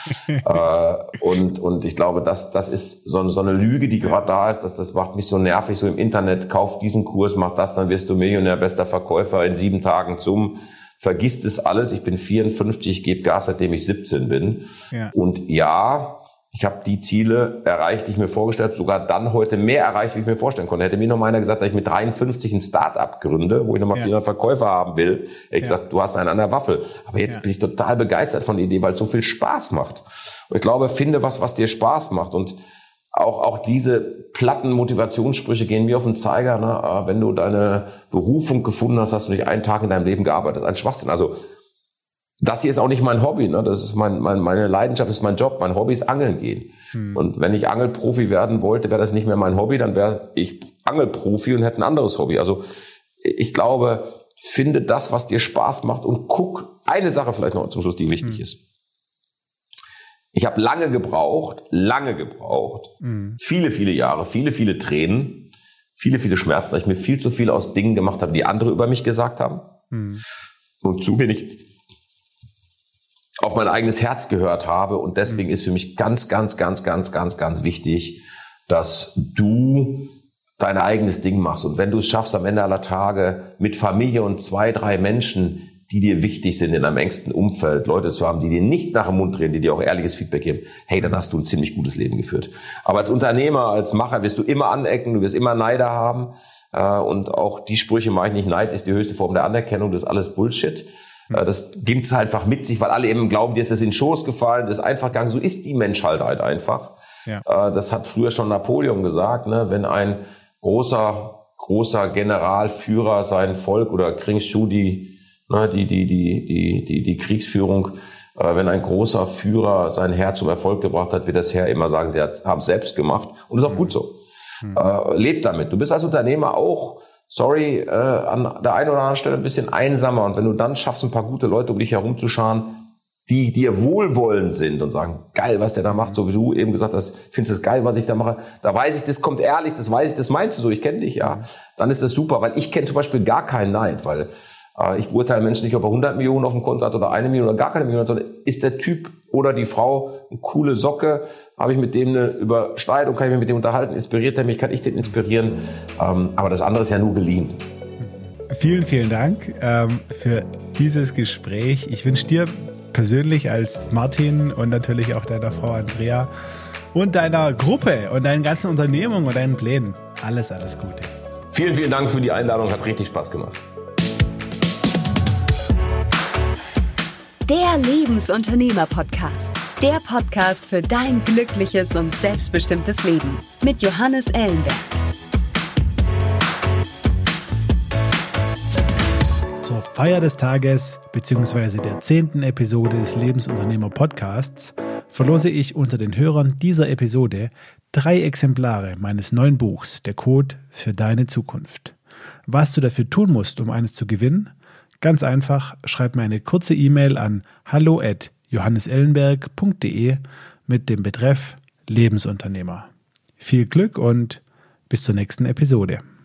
Und ich glaube, das ist so eine Lüge, die gerade da ist, das macht mich so nervig, so im Internet, kauf diesen Kurs, mach das, dann wirst du Millionär, bester Verkäufer in 7 Tagen vergisst es alles. Ich bin 54, ich gebe Gas, seitdem ich 17 bin. Ja. Und ja, ich habe die Ziele erreicht, die ich mir vorgestellt habe, sogar dann heute mehr erreicht, wie ich mir vorstellen konnte. Hätte mir noch mal einer gesagt, dass ich mit 53 ein Start-up gründe, wo ich nochmal 400 Verkäufer haben will, hätte ich gesagt, du hast einen an der Waffel. Aber jetzt bin ich total begeistert von der Idee, weil es so viel Spaß macht. Und ich glaube, finde was dir Spaß macht. Und auch diese platten Motivationssprüche gehen mir auf den Zeiger. Ne? Wenn du deine Berufung gefunden hast, hast du nicht einen Tag in deinem Leben gearbeitet. Das ist ein Schwachsinn. Also das hier ist auch nicht mein Hobby, ne? Das ist meine Leidenschaft, ist mein Job. Mein Hobby ist Angeln gehen. Und wenn ich Angelprofi werden wollte, wäre das nicht mehr mein Hobby, dann wäre ich Angelprofi und hätte ein anderes Hobby. Also ich glaube, finde das, was dir Spaß macht und guck, eine Sache vielleicht noch zum Schluss, die wichtig ist. Ich habe lange gebraucht, viele, viele Jahre, viele Tränen, viele Schmerzen, weil ich mir viel zu viel aus Dingen gemacht habe, die andere über mich gesagt haben. Und zu wenig auf mein eigenes Herz gehört habe. Und deswegen ist für mich ganz wichtig, dass du dein eigenes Ding machst. Und wenn du es schaffst, am Ende aller Tage mit Familie und 2, 3 Menschen, die dir wichtig sind in deinem engsten Umfeld, Leute zu haben, die dir nicht nach dem Mund reden, die dir auch ehrliches Feedback geben, hey, dann hast du ein ziemlich gutes Leben geführt. Aber als Unternehmer, als Macher wirst du immer anecken, du wirst immer Neider haben. Und auch die Sprüche mache ich nicht, Neid ist die höchste Form der Anerkennung, das ist alles Bullshit. Das bringt es einfach mit sich, weil alle eben glauben, dir ist das in den Schoß gefallen, das ist einfach gegangen. So ist die Menschheit halt einfach. Ja. Das hat früher schon Napoleon gesagt, ne? Wenn ein großer Generalführer sein Volk oder Kringschuh, die Kriegsführung, wenn ein großer Führer sein Heer zum Erfolg gebracht hat, wird das Heer immer sagen, sie haben es selbst gemacht. Und das ist auch gut so. Lebt damit. Du bist als Unternehmer auch, an der einen oder anderen Stelle ein bisschen einsamer. Und wenn du dann schaffst, ein paar gute Leute um dich herumzuscharen, die dir wohlwollend sind und sagen, geil, was der da macht, so wie du eben gesagt hast, findest du das geil, was ich da mache, da weiß ich, das kommt ehrlich, das weiß ich, das meinst du so, ich kenne dich ja, dann ist das super, weil ich kenne zum Beispiel gar keinen Neid, weil ich beurteile Menschen nicht, ob er 100 Millionen auf dem Konto hat oder 1 Million oder gar keine Million hat, sondern ist der Typ oder die Frau eine coole Socke, habe ich mit dem eine Überschneidung, kann ich mich mit dem unterhalten, inspiriert er mich, kann ich den inspirieren, aber das andere ist ja nur geliehen. Vielen, vielen Dank für dieses Gespräch. Ich wünsche dir persönlich als Martin und natürlich auch deiner Frau Andrea und deiner Gruppe und deinen ganzen Unternehmungen und deinen Plänen alles Gute. Vielen, vielen Dank für die Einladung, hat richtig Spaß gemacht. Der Lebensunternehmer-Podcast. Der Podcast für dein glückliches und selbstbestimmtes Leben. Mit Johannes Ellenberg. Zur Feier des Tages bzw. der 10. Episode des Lebensunternehmer-Podcasts verlose ich unter den Hörern dieser Episode 3 Exemplare meines neuen Buchs, Der Code für deine Zukunft. Was du dafür tun musst, um eines zu gewinnen? Ganz einfach, schreib mir eine kurze E-Mail an hallo@johannesellenberg.de mit dem Betreff Lebensunternehmer. Viel Glück und bis zur nächsten Episode.